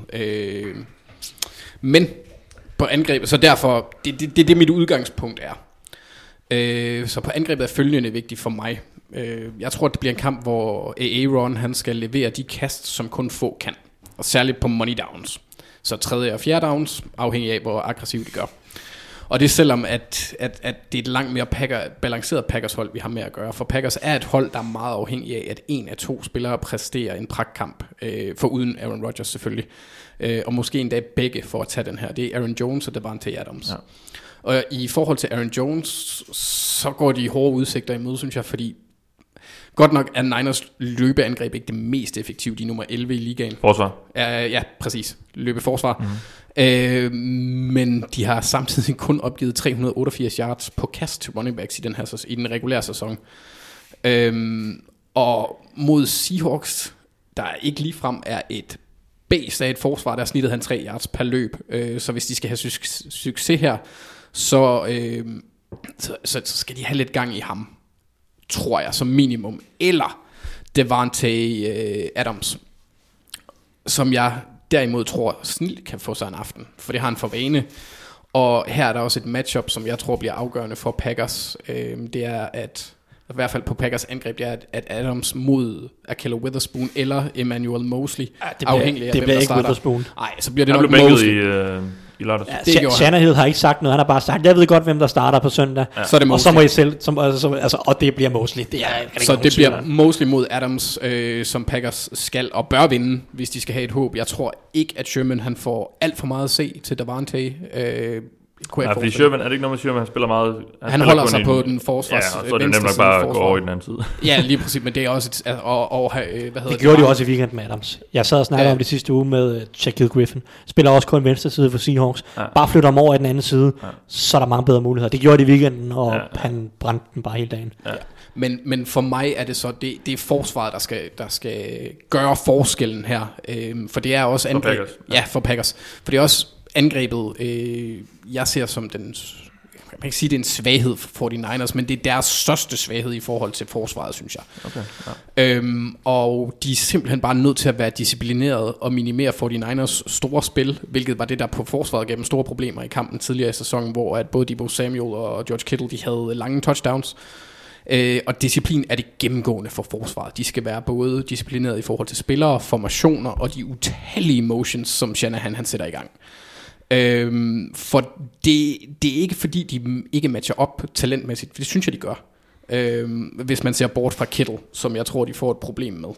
Men på angrebet, så derfor, det mit udgangspunkt er. Så på angrebet er følgende vigtigt for mig. Jeg tror, det bliver en kamp, hvor Aaron han skal levere de kast, som kun få kan. Og særligt på money downs. Så tredje og fjerde downs, afhængig af, hvor aggressivt de gør. Og det er selvom, at det er et langt mere balanceret Packers-hold, vi har med at gøre. For Packers er et hold, der er meget afhængig af, at en af to spillere præsterer en pragtkamp, for uden Aaron Rodgers selvfølgelig. Og måske endda begge for at tage den her. Det er Aaron Jones og Davante Adams. Ja. Og i forhold til Aaron Jones, så går de hårde udsigter imod, synes jeg, fordi godt nok er Niners løbeangreb ikke det mest effektive. De er nummer 11 i ligaen. Forsvar. Ja, præcis. Løbeforsvar. Men de har samtidig kun opgivet 388 yards på kast til running backs i den regulære sæson. Og mod Seahawks, der ikke ligefrem er et bæst af et forsvar, der snittede han 3 yards per løb. Så hvis de skal have succes her, så skal de have lidt gang i ham, tror jeg, som minimum. Eller Davante Adams, som jeg derimod tror snilt kan få sig en aften, for det har han for vane. Og her er der også et matchup, som jeg tror bliver afgørende for Packers. Det er at, i hvert fald på Packers angreb, det er at Adams mod Ahkello Witherspoon eller Emmanuel Mosley, afhængig af hvem der starter. Witherspoon. Nej, så bliver det nok Mosley. I lørdags. Ja, Shanahan har ikke sagt noget, han har bare sagt, jeg ved godt, hvem der starter på søndag. Ja. Så er det Mosley. Og så må I selv, og det bliver Mosley. Så det bliver Mosley mod Adams, som Packers skal og bør vinde, hvis de skal have et håb. Jeg tror ikke, at Sherman han får alt for meget at se til Davante. Fordi Sherman, er det ikke noget med Sherman, han spiller meget... Han holder sig på den forsvars... Ja, og så er det nemt nok bare at gå over i den anden side. Ja, lige præcis, men det er også det gjorde de også i weekenden med Adams. Jeg sad og snakkede om det sidste uge med Shaquille Griffin. Spiller også kun venstre side for Seahawks. Ja. Bare flytter ham over i den anden side, så er der mange bedre muligheder. Det gjorde de i weekenden, og han brændte den bare hele dagen. Ja. Men for mig er det så, det er forsvaret, der skal gøre forskellen her. For det er også angreb... For Packers. Ja, for Packers. For det er også angrebet, jeg ser som den, man kan ikke sige, det er en svaghed for 49ers, men det er deres største svaghed i forhold til forsvaret, synes jeg. Okay, ja. Og de er simpelthen bare nødt til at være disciplineret og minimere 49ers store spil, hvilket var det, der på forsvaret gav dem store problemer i kampen tidligere i sæsonen, hvor at både Deebo Samuel og George Kittle, de havde lange touchdowns. Og disciplin er det gennemgående for forsvaret. De skal være både disciplineret i forhold til spillere, formationer og de utallige motions, som Shanahan han sætter i gang. For det er ikke fordi de ikke matcher op talentmæssigt, for det synes jeg de gør, hvis man ser bort fra Kittle, som jeg tror de får et problem med.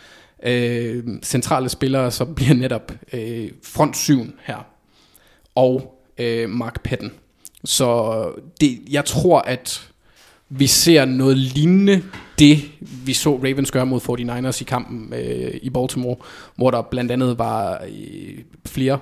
Centrale spillere så bliver netop front 7 her og Mark Patton. Så jeg tror at vi ser noget lignende det vi så Ravens gøre mod 49ers i kampen i Baltimore, hvor der blandt andet var flere.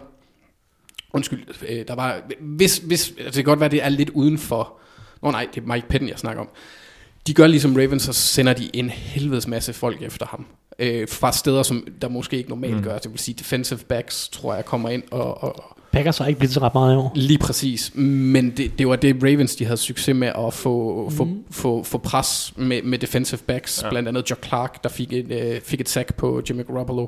Der var hvis det kan godt være det er lidt uden for. Nej, det er Mike Patton jeg snakker om. De gør ligesom Ravens, så sender de en helvedes masse folk efter ham fra steder som der måske ikke normalt gør. Det vil sige defensive backs tror jeg kommer ind og Packers har ikke blivet så ret meget i år. Lige præcis. Men det var det Ravens de havde succes med at få pres med defensive backs, blandt andet Joe Clark der fik et sack på Jimmy Garoppolo.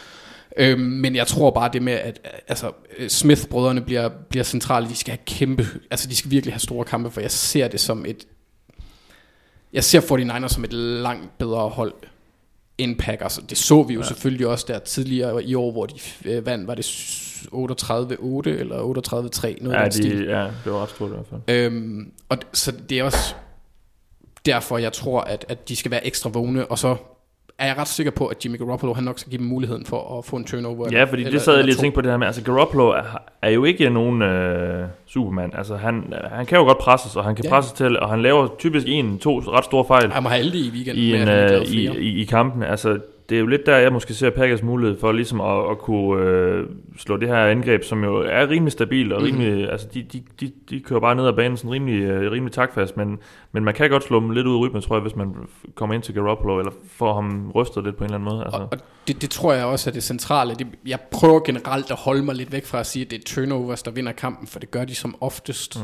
Men jeg tror bare det med at Smith-brødrene bliver centrale. De skal have kæmpe, de skal virkelig have store kampe, for jeg ser det som jeg ser 49ers som et langt bedre hold end Packers. Det så vi jo selvfølgelig også der tidligere i år, hvor de vandt, var det 38-8 eller 38-3 noget af stil. Ja, det var ret stort i hvert fald. Og så det er også derfor jeg tror at de skal være ekstra vågne, og så er jeg ret sikker på, at Jimmy Garoppolo han nok skal give dem muligheden for at få en turnover. Ja, fordi det sad jeg lige og tænkte på det her med, Garoppolo er jo ikke nogen Superman. Han kan jo godt presses, og han kan presses til, og han laver typisk 1-2 ret store fejl. Han må have heldig i weekenden i kampen. Det er jo lidt der, jeg måske ser Packers mulighed for ligesom at kunne slå det her angreb, som jo er rimelig stabil og rimelig, de kører bare ned ad banen sådan rimelig taktfast, men man kan godt slå dem lidt ud i rytmen, tror jeg, hvis man kommer ind til Garoppolo, eller får ham rystet lidt på en eller anden måde. Og det tror jeg også er det centrale. Jeg prøver generelt at holde mig lidt væk fra at sige, at det er turnovers, der vinder kampen, for det gør de som oftest.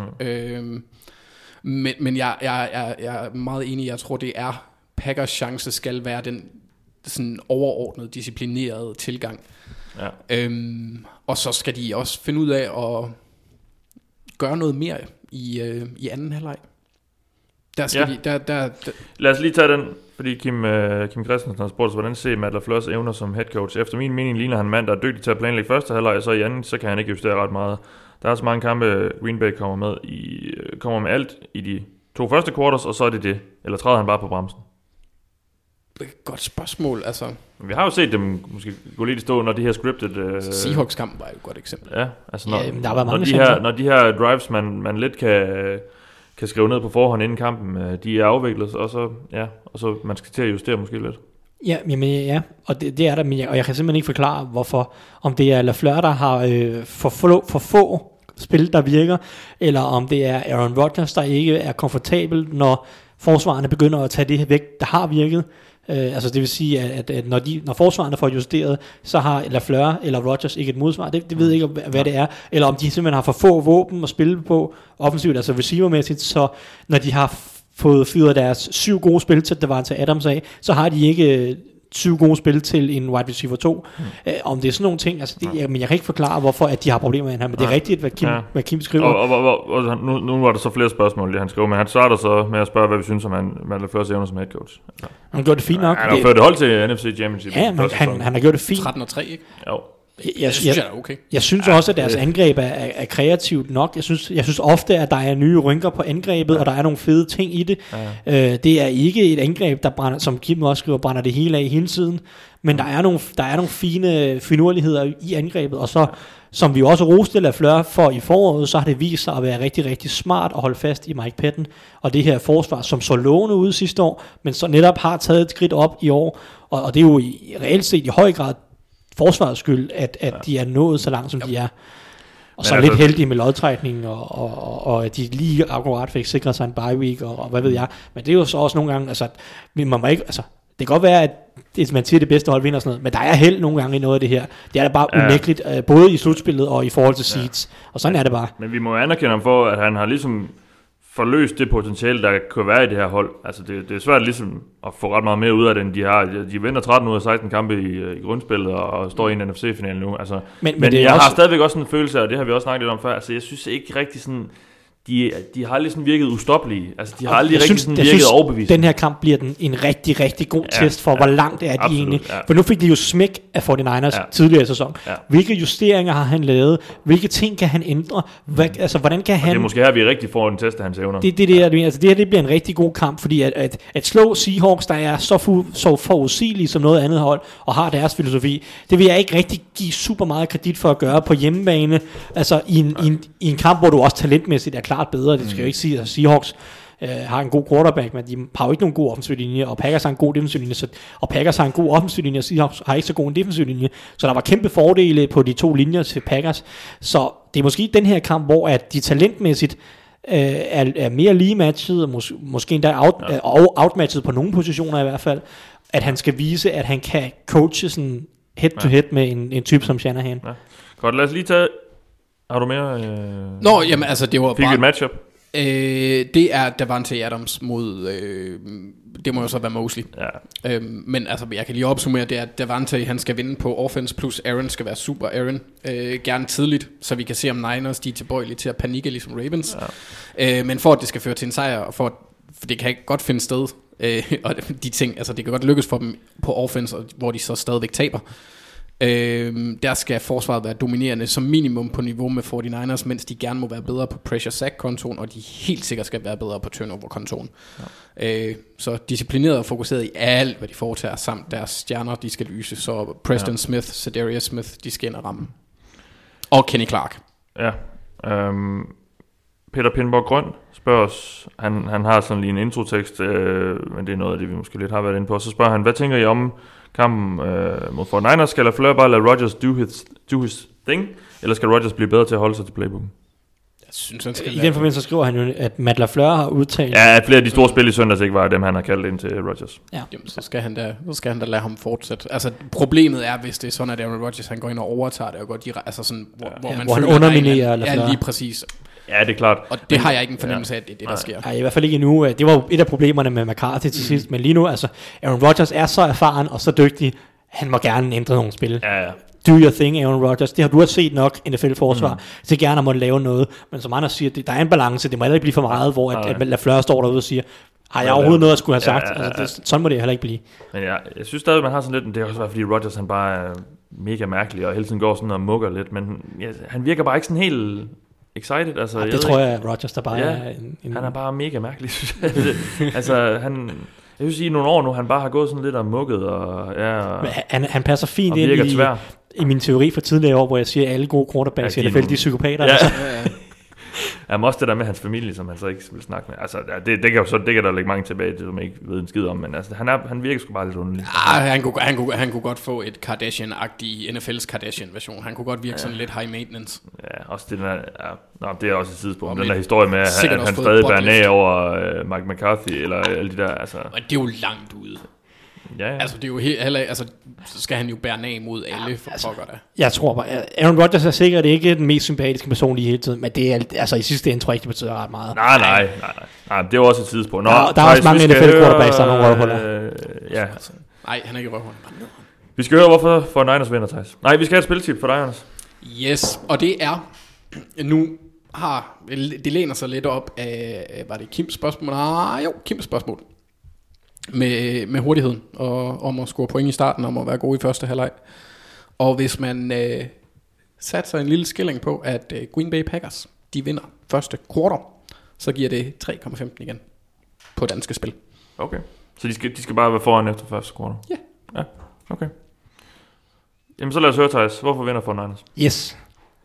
Men jeg er meget enig, jeg tror, det er Packers chance skal være den sådan overordnet, disciplineret tilgang. Ja. Og så skal de også finde ud af at gøre noget mere i anden halvleg. Der skal Lad os lige tage den, fordi Kim Christensen har spurgt os, hvordan ser Matt LaFleurs evner som head coach. Efter min mening ligner han en mand, der er dygtig til at planlægge første halvleg, og så i anden, så kan han ikke justere ret meget. Der er så mange kampe, Green Bay kommer med alt i de 2 første quarters, og så er det. Eller træder han bare på bremsen? Godt spørgsmål, altså. Vi har jo set dem måske gå lidt i stå, når de her scripted... Seahawks-kamp var jo et godt eksempel. Ja, altså der var mange når de her drives, man lidt kan skrive ned på forhånd inden kampen, de er afviklet, og så man skal til at justere måske lidt. Ja, og det er der, og jeg kan simpelthen ikke forklare, hvorfor. Om det er LaFleur, der har for få spil, der virker, eller om det er Aaron Rodgers, der ikke er komfortabel, når forsvarerne begynder at tage det her væk, der har virket. Altså det vil sige, at når forsvarerne får justeret, så har LaFleur eller Rodgers ikke et modsvar. Det ved jeg ikke, hvad det er. Eller om de simpelthen har for få våben at spille på offensivt, altså receivermæssigt, så når de har fået fyret deres 7 gode spil til Davante Adams af, så har de ikke 7 gode spil til en wide receiver 2. Om det er sådan nogle ting, altså men jeg kan ikke forklare, hvorfor at de har problemer med den her, men det er rigtigt, hvad Kim skriver. Og nu var der så flere spørgsmål, han skriver, men han starter så med at spørge, hvad vi synes om Matt LaFleur's evner som head coach. Altså. Han gjorde det fint nok. Han har ført det hold til NFC Championship. Ja, men han har gjort det fint. 13-3, ikke? Jo. Jeg synes, det er okay. Jeg synes også, at deres angreb er kreativt nok. Jeg synes ofte, at der er nye rynker på angrebet, og der er nogle fede ting i det. Det er ikke et angreb, der brænder, som Kim også skriver, brænder det hele af hele tiden. Men der er nogle fine finurligheder i angrebet, og så, som vi også roste LaFleur for i foråret, så har det vist sig at være rigtig, rigtig smart at holde fast i Mike Patton, og det her forsvar, som så lovende ud sidste år, men så netop har taget et skridt op i år, og det er jo reelt set i høj grad forsvarets skyld, at de er nået så langt, som de er. Og så lidt heldige med lodtrækningen, og at de lige akkurat fik sikret sig en bye week, og hvad ved jeg. Men det er jo så også nogle gange, altså, man må ikke, altså, det kan godt være, at man siger, det bedste hold vinder og sådan noget, men der er held nogle gange i noget af det her. Det er da bare unægteligt, både i slutspillet og i forhold til seeds. Og sådan er det bare. Men vi må anerkende ham for, at han har ligesom forløst det potentiale, der kan være i det her hold. Altså det er svært ligesom at få ret meget mere ud af det, end de har. De vinder 13 ud af 16 kampe i grundspillet og står i en NFC-finale nu. Altså, men jeg har stadigvæk også sådan en følelse, og det har vi også snakket lidt om før, altså jeg synes ikke rigtig sådan, de har aldrig sådan virket ustoppelige. Altså de har aldrig rigtig sådan virket overbevisende. Den her kamp bliver en rigtig, rigtig god test for, hvor langt er de egentlig. Ja. For nu fik de jo smæk af 49ers tidligere i sæsonen. Ja. Hvilke justeringer har han lavet? Hvilke ting kan han ændre? Altså hvordan kan han... det er måske her, vi rigtig får en test af hans evner. Det her bliver en rigtig god kamp, fordi at slå Seahawks, der er så forudsigelige som noget andet hold, og har deres filosofi, det vil jeg ikke rigtig give super meget kredit for at gøre på hjemmebane. Altså i en kamp, hvor du også talentmæssigt er klart bedre. Det skal jo ikke sige, at Seahawks har en god quarterback, men de har jo ikke nogen god offensiv linje, og Packers har en god defensiv linje, og Packers har en god offensiv linje, og Seahawks har ikke så god en defensiv linje, så der var kæmpe fordele på de 2 linjer til Packers, så det er måske den her kamp, hvor at de talentmæssigt er mere lige matchet, og måske endda outmatchet på nogle positioner i hvert fald, at han skal vise, at han kan coache sådan head-to-head med en type som Shanahan. Ja. Godt, lad os lige tage... Har du mere? Nå, jamen altså, det var fik bare... et matchup? Det er Davante Adams mod... det må jo så være Mosley. Ja. Men altså, jeg kan lige opsummere, det er, at Davante, han skal vinde på offense, plus Aaron skal være super Aaron. Gerne tidligt, så vi kan se, om Niners de er tilbøjelige til at panikke, ligesom Ravens. Ja. Men for at det skal føre til en sejr, og for det kan godt finde sted, og de ting, altså det kan godt lykkes for dem på offense, hvor de så stadigvæk taber. Der skal forsvaret være dominerende som minimum på niveau med 49ers, mens de gerne må være bedre på pressure sack-kontoen, og de helt sikkert skal være bedre på turnover-kontoen. Ja. Så disciplineret og fokuseret i alt, hvad de foretager, samt deres stjerner, de skal lyse. Så Preston Smith, Za'Darius Smith, de skal ind og ramme. Og Kenny Clark. Ja. Peter Pindborg Grøn spørger os, han har sådan lige en introtekst, men det er noget af det, vi måske lidt har været inde på. Så spørger han, hvad tænker I om kampen mod 49ers? Skal LaFleur bare lade Rodgers do his thing, eller skal Rodgers blive bedre til at holde sig til playbooken? Jeg synes, han skal I den forbindelse skriver han jo, at Matt LaFleur har udtalt... Ja, at flere af de store spil i søndags ikke var dem, han har kaldt ind til Rodgers. Ja. Jamen, så skal han da lade ham fortsætte. Altså, problemet er, hvis det er sådan, at Aaron Rodgers, han går ind og overtager det, og går altså sådan, hvor man han underminerer LaFleur. Ja, lige præcis. Ja, det er klart. Og det har jeg ikke en fornemmelse af, at det er det, der sker. Nej, i hvert fald ikke endnu. Det var jo et af problemerne med McCarthy til sidst, men lige nu, altså, Aaron Rodgers er så erfaren og så dygtig, han må gerne ændre nogle spil. Ja. Do your thing, Aaron Rodgers. Det har du også set nok NFL-forsvar til gerne at måtte lave noget. Men som andre siger, der er en balance. Det må heller ikke blive for meget, hvor at LaFleur står derude og siger, har jeg overhovedet noget at skulle have sagt? Altså, sådan må det heller ikke blive. Men jeg synes stadig, man har sådan lidt, det er også fordi Rodgers, han bare er mega mærkelig, og hele tiden går sådan og mukker lidt, men han virker bare ikke sådan helt excited. Altså, det tror jeg, Rodgers der bare er en... Han er bare mega mærkelig, synes jeg. Altså, jeg vil sige, nogle år nu, han bare har gået sådan lidt og mukket, og han passer fint ind i min teori for tidligere år, hvor jeg siger, at alle gode quarterbacks i NFL, de er psykopater. Ja. Altså. Jamen også det der med hans familie, som han så ikke vil snakke med. Altså, det kan der lægge mange tilbage til, som jeg ikke ved en skid om, men altså, han virker sgu bare lidt underlig. Han kunne godt få et Kardashian-agtig NFL's Kardashian-version. Han kunne godt virke sådan lidt high maintenance. Ja, også det der, det er også et tidspunkt. Den der historie med, at han stadig bærer ned over Mike McCarthy, eller alle de der, altså... Og det er jo langt ude. Ja. Altså, det er jo så skal han jo bære nag mod alle for pokker da. Jeg tror bare, Aaron Rodgers er sikkert ikke den mest sympatiske person lige hele tiden, men det er, altså i sidste ende tror jeg ikke, det betyder ret meget. Nej, det er jo også et tidspunkt. Der er også mange NFL quarterbacks, der er nogle røvhuller. Ja. Nej, han er ikke røvhuller. Vi skal høre, hvorfor for Niners vinder, Thijs. Nej, vi skal have et spiltip for dig, Anders. Yes, og det er, det læner sig lidt op af, var det Kims spørgsmål? Kims spørgsmål. Med hurtigheden og om at score point i starten, om at være god i første halvleg. Og hvis man satte sig en lille skilling på, at Green Bay Packers, de vinder første quarter, så giver det 3,15 igen på danske spil. Okay, så de skal bare være foran efter første quarter? Ja, okay. Jamen så lad os høre, Thijs, hvorfor vinder for Niners? Yes.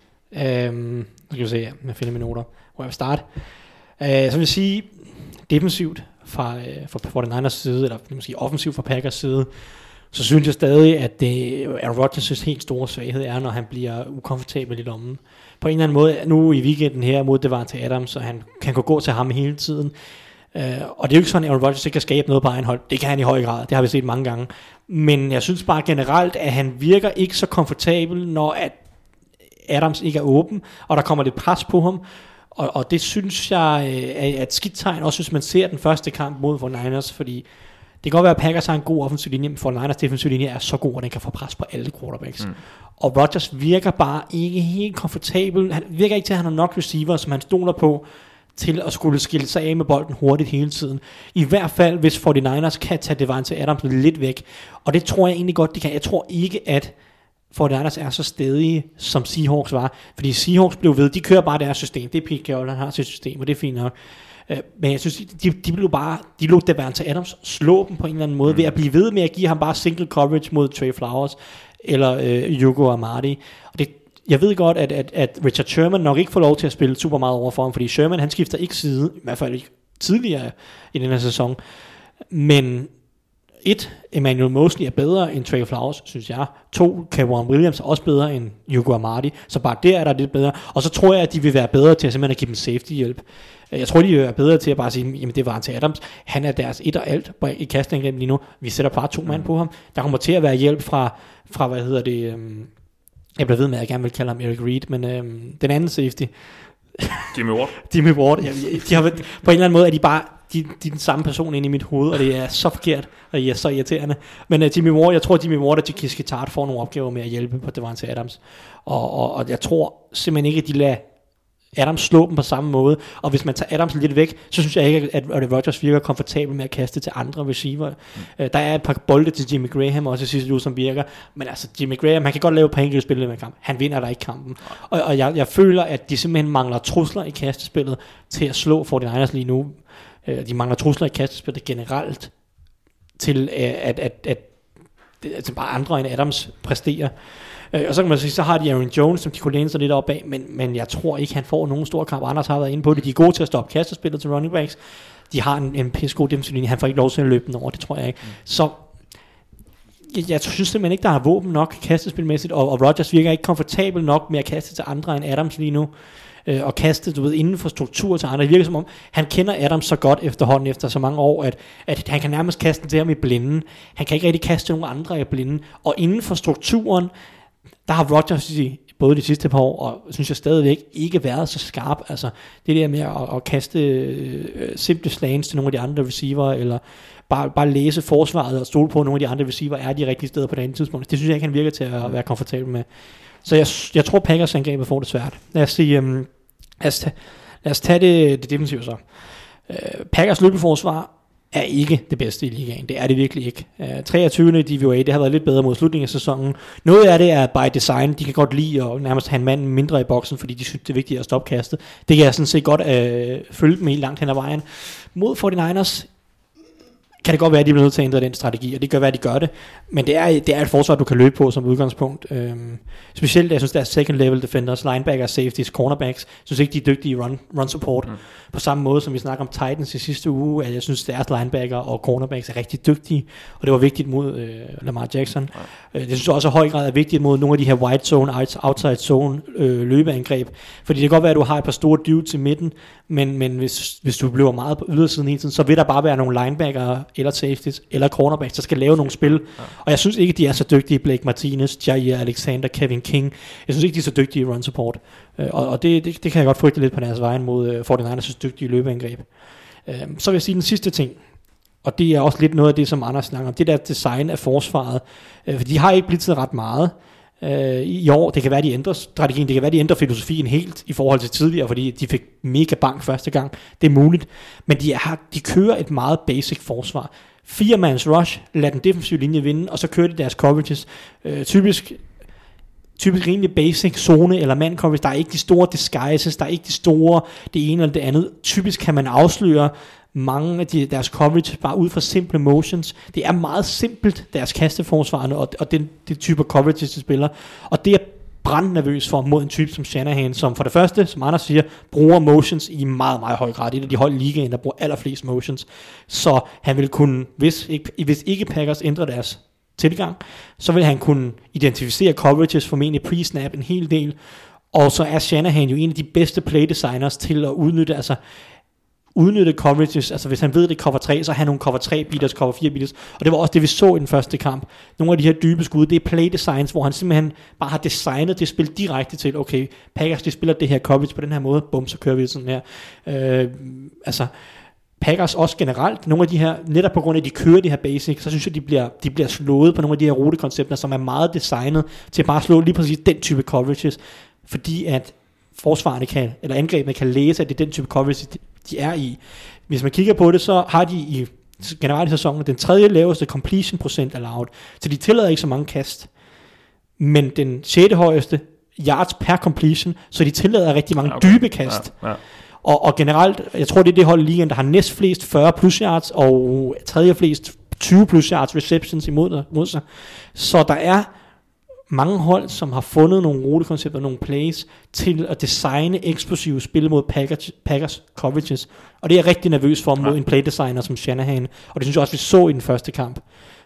Nu skal vi se, jeg finder mine noter, hvor jeg vil starte. Så vil jeg sige, defensivt fra 49ers side, eller måske offensivt fra Packers side, så synes jeg stadig, at det er Rodgers' helt store svaghed er, når han bliver ukomfortabel i lommen. På en eller anden måde, nu i weekenden her mod Davante Adams, så han kan gå til ham hele tiden. Og det er jo ikke sådan, at Aaron Rodgers ikke kan skabe noget på egen hold. Det kan han i høj grad, det har vi set mange gange. Men jeg synes bare generelt, at han virker ikke så komfortabel, når at Adams ikke er åben, og der kommer lidt pres på ham. Og det synes jeg er et skidt tegn, også hvis man ser den første kamp mod 49ers, fordi det kan godt være, at Packers har en god offensiv linje, men 49ers defensiv linje er så god, at den kan få pres på alle quarterbacks. Og Rodgers virker bare ikke helt komfortabel. Han virker ikke til, at han har nok receiver, som han stoler på, til at skulle skille sig af med bolden hurtigt hele tiden. I hvert fald, hvis 49ers kan tage Davante Adams lidt væk. Og det tror jeg egentlig godt, de kan. Jeg tror ikke, at 49ers er så stedige, som Seahawks var. Fordi Seahawks blev ved, de kører bare deres system. Det er Pete Carroll, han har sit system, og det er fint nok. Men jeg synes, de lod Davante Adams slå dem på en eller anden måde, ved at blive ved med at give ham bare single coverage mod Trey Flowers, eller Hugo Amadi. Og jeg ved godt, at Richard Sherman nok ikke får lov til at spille super meget over for ham, fordi Sherman, han skifter ikke side, i hvert fald ikke tidligere i den her sæson. Men Emmanuel Mosley er bedre end Trey Flowers, synes jeg. 2, Kevon Williams er også bedre end Hugo Amadi, så bare der er der lidt bedre. Og så tror jeg, at de vil være bedre til at simpelthen at give dem safety-hjælp. Jeg tror, de vil være bedre til at bare sige, jamen det var til Adams. Han er deres et og alt i kastangrebet lige nu. Vi sætter bare 2 mand på ham. Der kommer til at være hjælp fra jeg bliver ved med, at jeg gerne vil kalde ham Eric Reed, men den anden safety. Jimmy Ward. De har, på en eller anden måde er de bare de er den samme person inde i mit hoved, og det er så forkert, og det er så irriterende. Men jeg tror, Jimmy Ward og Jaquiski Tartt får nogle opgaver med at hjælpe på Davante Adams. Og jeg tror simpelthen ikke, at de lader Adams slå dem på samme måde. Og hvis man tager Adams lidt væk, så synes jeg ikke, at Rodgers virker komfortabel med at kaste til andre receiver. Der er et par bolde til Jimmy Graham også i sidste uge, som virker. Men altså, Jimmy Graham, han kan godt lave et par enkelte spil i den kamp. Han vinder der ikke kampen. Og jeg føler, at de simpelthen mangler trusler i kastespillet til at slå 49ers lige nu. De mangler trusler i kastespillet generelt til at bare andre end Adams præsterer. Og så kan man sige, så har de Aaron Jones, som de kunne læne sig lidt op af, men jeg tror ikke, han får nogen store kamp. Anders har været inde på det. De er gode til at stoppe kastespillet til running backs. De har en pissegod defensiv linje. Han får ikke lov til at løbe den over, det tror jeg ikke. Så jeg synes simpelthen ikke, der er våben nok kastespilmæssigt, og Rodgers virker ikke komfortabel nok med at kaste til andre end Adams lige nu. Og kaste, inden for struktur til andre. Det virker som om, han kender Adams så godt efterhånden efter så mange år, at han kan nærmest kaste til ham i blinden. Han kan ikke rigtig kaste til nogen andre i blinden. Og inden for strukturen, der har Rodgers både de sidste par år, og synes jeg stadigvæk ikke været så skarp. Altså det der med at kaste simple slants til nogle af de andre receiver, eller bare læse forsvaret og stole på, at nogle af de andre receiver er de rigtige steder på det andet tidspunkt. Det synes jeg ikke, han virker til at være komfortabel med. Så jeg tror, Packers angrebet får det svært. Lad os tage det defensive så. Packers løbeforsvar er ikke det bedste i ligaen. Det er det virkelig ikke. 23. DVOA, det har været lidt bedre mod slutningen af sæsonen. Noget af det er by design. De kan godt lide at nærmest have en mand mindre i boksen, fordi de synes, det er vigtigt at stoppe kastet. Det kan jeg sådan set godt følge dem helt langt hen ad vejen. Mod 49ers kan det godt være, at de bliver nødt til at ændre den strategi, og det kan være, at de gør det. Men det er et forsvar, du kan løbe på som udgangspunkt. Specielt, jeg synes, der er second level defenders, linebackers, safeties, cornerbacks. Jeg synes ikke, de er dygtige i run support. På samme måde, som vi snakker om Titans i sidste uge, at jeg synes, deres linebacker og cornerbacks er rigtig dygtige. Og det var vigtigt mod Lamar Jackson. Jeg synes også, at høj grad er vigtigt mod nogle af de her wide zone, outside zone løbeangreb. Fordi det kan godt være, at du har et par store dudes i midten, men hvis du bliver meget på ydersiden hele tiden, så vil der bare være nogle linebacker eller safeties eller cornerbacks, der skal lave nogle spil. Og jeg synes ikke, de er så dygtige. Blake Martinez, Jair Alexander, Kevin King. Jeg synes ikke, de er så dygtige i run support. Og det kan jeg godt frygte lidt på deres vejen mod 49ers dygtige løbeangreb. Så vil jeg sige den sidste ting, og det er også lidt noget af det, som Anders snakker om, det der design af forsvaret. For de har ikke blitzet ret meget i år. Det kan være, de ændrer strategien, det kan være, de ændrer filosofien helt i forhold til tidligere, fordi de fik mega bank første gang. Det er muligt. Men de kører et meget basic forsvar. 4-mands rush, lad den defensive linje vinde, og så kører de deres coverages. Typisk rimelig basic zone eller man coverage. Der er ikke de store disguises, der er ikke de store det ene eller det andet. Typisk kan man afsløre mange af deres coverage bare ud fra simple motions. Det er meget simpelt, deres kasteforsvarende og den type coverage, de spiller. Og det er brandnervøs for mod en type som Shanahan, som for det første, som Anders siger, bruger motions i meget, meget høj grad. Det er de hold i ligaen, der bruger allerflest motions. Så han vil kunne, hvis ikke Packers ændrer deres tilgang, så vil han kunne identificere coverages formentlig pre-snap en hel del, og så er Shanahan jo en af de bedste playdesigners til at udnytte coverages. Altså hvis han ved, det er cover 3, så har han nogle cover 3 beaters, cover 4 beaters, og det var også det, vi så i den første kamp. Nogle af de her dybe skud, det er playdesigns, hvor han simpelthen bare har designet det spil direkte til, okay, Packers, de spiller det her coverage på den her måde, bum, så kører vi sådan her. Packers også generelt, nogle af de her, netop på grund af, at de kører de her basics, så synes jeg, de bliver slået på nogle af de her rutekoncepter, som er meget designet til at bare slå lige præcis den type coverages, fordi at forsvarerne eller angrebene kan læse, at det er den type coverage, de er i. Hvis man kigger på det, så har de generelt i sæsonen den tredje laveste completion procent allowed, så de tillader ikke så mange kast, men den 6. højeste yards per completion, så de tillader rigtig mange dybe kast. Ja. Og generelt, jeg tror, det er det hold i ligaen, der har næst flest 40 plus yards, og tredje flest 20 plus yards receptions imod sig. Så der er mange hold, som har fundet nogle rutekoncepter, nogle plays, til at designe eksplosive spil mod Packers coverages. Og det er jeg rigtig nervøs for mod en playdesigner som Shanahan. Og det synes jeg også, vi så i den første kamp.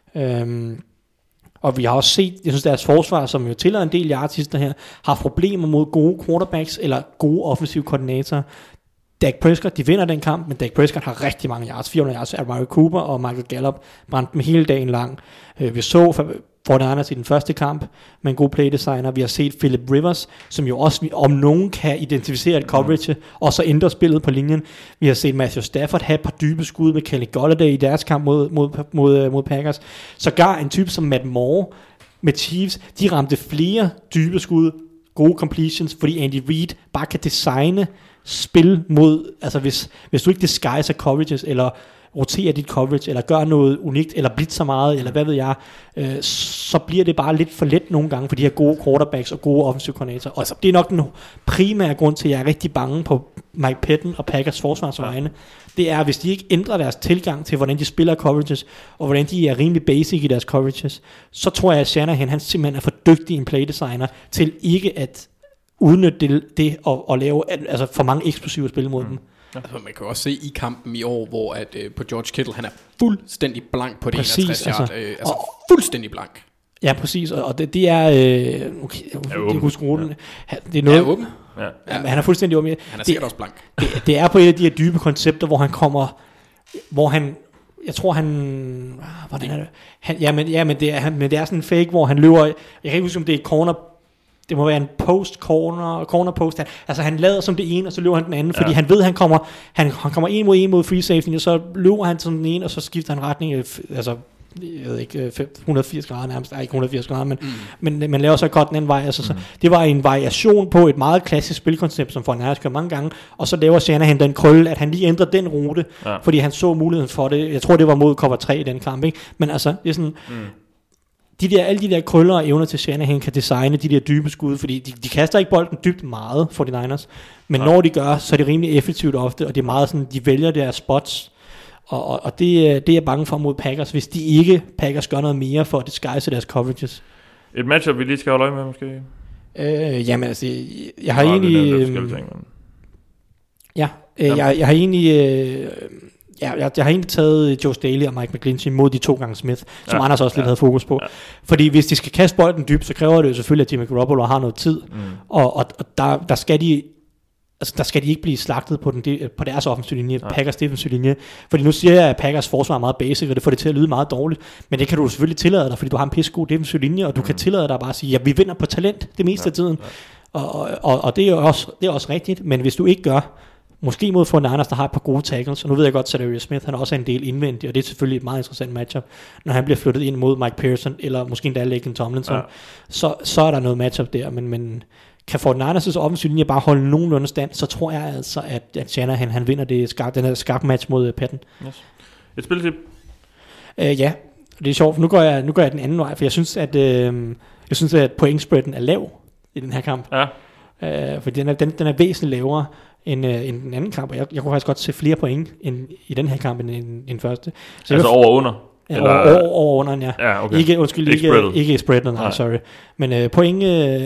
Og vi har også set, jeg synes deres forsvar, som jo tillader en del yards her, har problemer mod gode quarterbacks eller gode offensive koordinatorer. Dak Prescott, de vinder den kamp, men Dak Prescott har rigtig mange yards, 400 yards af Amari Cooper og Michael Gallup, brændte dem hele dagen lang. Vi så Fortinanders i den første kamp med en god playdesigner. Vi har set Philip Rivers, som jo også om nogen kan identificere et coverage, og så ændre spillet på linjen. Vi har set Matthew Stafford have et par dybe skud med Kenny Golladay i deres kamp mod Packers. Sågar en type som Matt Moore med Chiefs, de ramte flere dybe skud, gode completions, fordi Andy Reid bare kan designe spil mod, altså hvis du ikke disguiser coverages, eller roterer dit coverage, eller gør noget unikt, eller blitzer meget, eller hvad ved jeg, så bliver det bare lidt for let nogle gange for de her gode quarterbacks og gode offensive koordinatorer. Og det er nok den primære grund til, at jeg er rigtig bange på Mike Pettine og Packers forsvarsvegne. Det er, hvis de ikke ændrer deres tilgang til, hvordan de spiller coverages, og hvordan de er rimelig basic i deres coverages, så tror jeg, at Shanahan, han simpelthen er for dygtig en playdesigner til ikke at udnytte det og lave altså for mange eksplosive spil mod dem. Altså, man kan også se i kampen i år, hvor at, på George Kittle, han er fuldstændig blank på det 61 yard. Altså fuldstændig blank. Ja, præcis. Og det er... okay, jeg husker ruten. Det er noget... Ja, åben. Ja. Han er fuldstændig åben. Han er sikkert også blank. Det er på et af de her dybe koncepter, hvor han kommer... Hvor han... Jeg tror han... Hvordan er det? Men det er sådan en fake, hvor han løber... Jeg kan ikke huske, om det er corner det må være en corner post. Altså han lader som det ene, og så løber han den anden, fordi han ved, han kommer en mod free safety, og så løber han som den ene, og så skifter han retning, altså jeg ved ikke, 180 grader nærmest, ikke 180 grader, men man laver så godt den anden vej. Altså, så det var en variation på et meget klassisk spilkoncept, som Fortnite kører mange gange, og så laver Shanahan den krølle, at han lige ændrer den rute, fordi han så muligheden for det. Jeg tror, det var mod cover 3 i den kamp, ikke? Men altså, det er sådan... Alle de der krøller og evner til Shanahan kan designe de der dybe skud, fordi de kaster ikke bolden dybt meget for de Niners, men når de gør, så er det rimelig effektivt ofte, og det er meget sådan, de vælger deres spots, og det er jeg bange for mod Packers, hvis de ikke Packers gør noget mere for at disguise deres coverages. Et matchup, vi lige skal holde øje med, måske? Jamen altså, jeg har egentlig... Jeg har egentlig... Jeg har egentlig taget Joe Staley og Mike McGlinchey mod de 2 gange Smith, som Anders også lidt havde fokus på. Fordi hvis de skal kaste bolden dybt, så kræver det jo selvfølgelig, at Jimmy Garoppolo har noget tid. Og der skal de... Altså, der skal de ikke blive slagtet på deres offensive linje, Packers defensive linje. Fordi nu siger jeg, at Packers forsvar er meget basic, og det får det til at lyde meget dårligt. Men det kan du selvfølgelig tillade dig, fordi du har en pissegod defensive linje, og du kan tillade dig bare at sige, ja, vi vinder på talent det meste af tiden. Og det er også rigtigt, men hvis du ikke gør, måske mod Niners, der har et par gode tackles, og nu ved jeg godt, at Zadarius Smith, han også er en del indvendig, og det er selvfølgelig et meget interessant matchup, når han bliver flyttet ind mod Mike Pearson, eller måske endda Laken Tomlinson, så er der noget matchup der, men kan Niners' offensive linje bare holde nogenlunde stand, så tror jeg altså, at Shanahan han vinder den her skarp match mod Patton. Yes. Et spiltip? Ja, det er sjovt, for nu går jeg den anden vej, for jeg synes, at pointspreaden er lav i den her kamp. Ja. For den er væsentligt lavere end den anden kamp, og jeg kunne faktisk godt se flere point i den her kamp end første. Så altså over under? Ja, over underen, ja. Ja, okay. Ikke spreadet, nej, sorry. Men point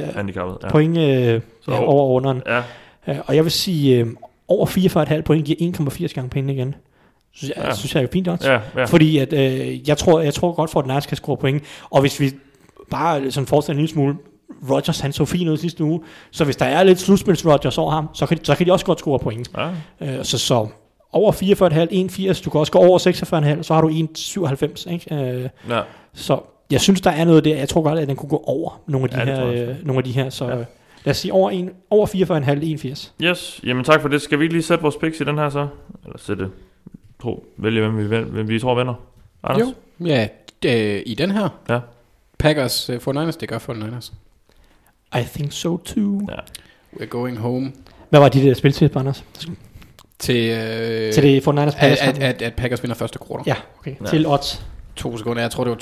over underen. Ja. Og jeg vil sige, over 44,5 point giver 1,80 gange penge igen. Synes jeg er fint også. Ja. Fordi at, jeg tror godt for, at Niners kan score point. Og hvis vi bare sådan forestiller en lille smule, Rodgers han så fin ud sidste uge, så hvis der er lidt slutspils Rodgers over ham, så kan de også godt score point. Ja. Så over 44,5, 1,80, du kan også gå over 46,5, så har du 1,97, ikke? Så jeg synes, der er noget der. Jeg tror godt, at den kunne gå over nogle af de her, så lad os sige over 44,5, 1,80. Yes, jamen tak for det. Skal vi ikke lige sætte vores picks i den her så? Eller vælge hvem vi tror vinder? Anders? Jo, ja, i den her. Ja. Packers for Niners, det gør for Niners. I think so too. Ja. We're going home. Hvad var de der spiltip, Anders? Til det for Niners Packers? At Packers vinder første quarter. Ja, okay. Ja. Til odds. 2 sekunder. Jeg tror, det var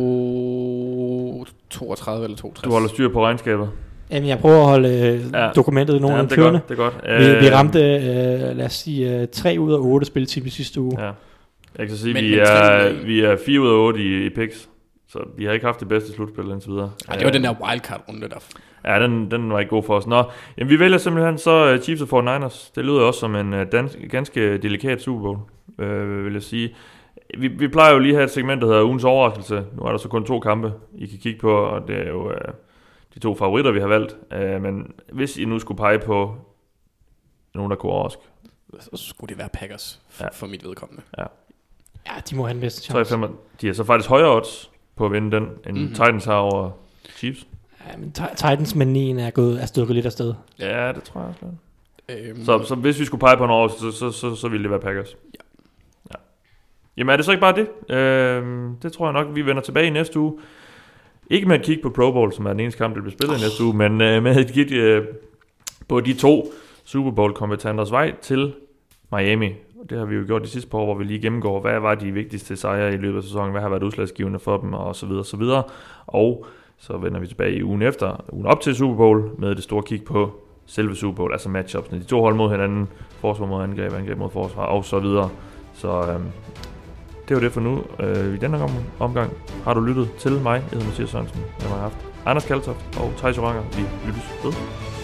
32 eller 62. Du holder styr på regnskabet. Jamen, jeg prøver at holde dokumentet nogenlunde kørende. Det er godt. Vi ramte, lad os sige, 3 ud af 8 spiltip i sidste uge. Ja. Jeg kan sige, vi er 4 ud af 8 i picks. Så vi har ikke haft det bedste slutspil indtil videre. Det var den der wildcard-runde der. Ja, den var ikke god for os. Nå, jamen, vi vælger simpelthen så Chiefs og 49ers. Det lyder også som en ganske delikat Super Bowl, vil jeg sige. Vi plejer jo lige at have et segment, der hedder ugens overraskelse. Nu er der så kun 2 kampe, I kan kigge på, og det er jo de 2 favoritter, vi har valgt. Men hvis I nu skulle pege på nogen, der kunne overraske, så skulle det være Packers for mit vedkommende. Ja, de må have den bedste chance. De er så faktisk højere odds på at vinde den, end Titans har over Chiefs. Ja, men Titans manien er stykket lidt afsted. Ja, det tror jeg også. Så hvis vi skulle pege på en overraskelse, så ville det være Packers. Ja. Jamen er det så ikke bare det? Det tror jeg nok, vi vender tilbage i næste uge. Ikke med et kig på Pro Bowl, som er den eneste kamp, der bliver spillet i næste uge, men med et kig på de 2 Super Bowl-kompetenters vej til Miami. Det har vi jo gjort de sidste par år, hvor vi lige gennemgår, hvad var de vigtigste sejre i løbet af sæsonen, hvad har været udslagsgivende for dem, og så videre, så videre. Og så vender vi tilbage i ugen op til Super Bowl, med det store kig på selve Super Bowl, altså matchupsene. De 2 hold mod hinanden, forsvar mod angreb mod forsvar, og så videre. Så det var det for nu. I denne omgang har du lyttet til mig, jeg hedder Mathias Sørensen, jeg har haft Anders Kaltoft og Thijs Oranger. Vi lyttes ved.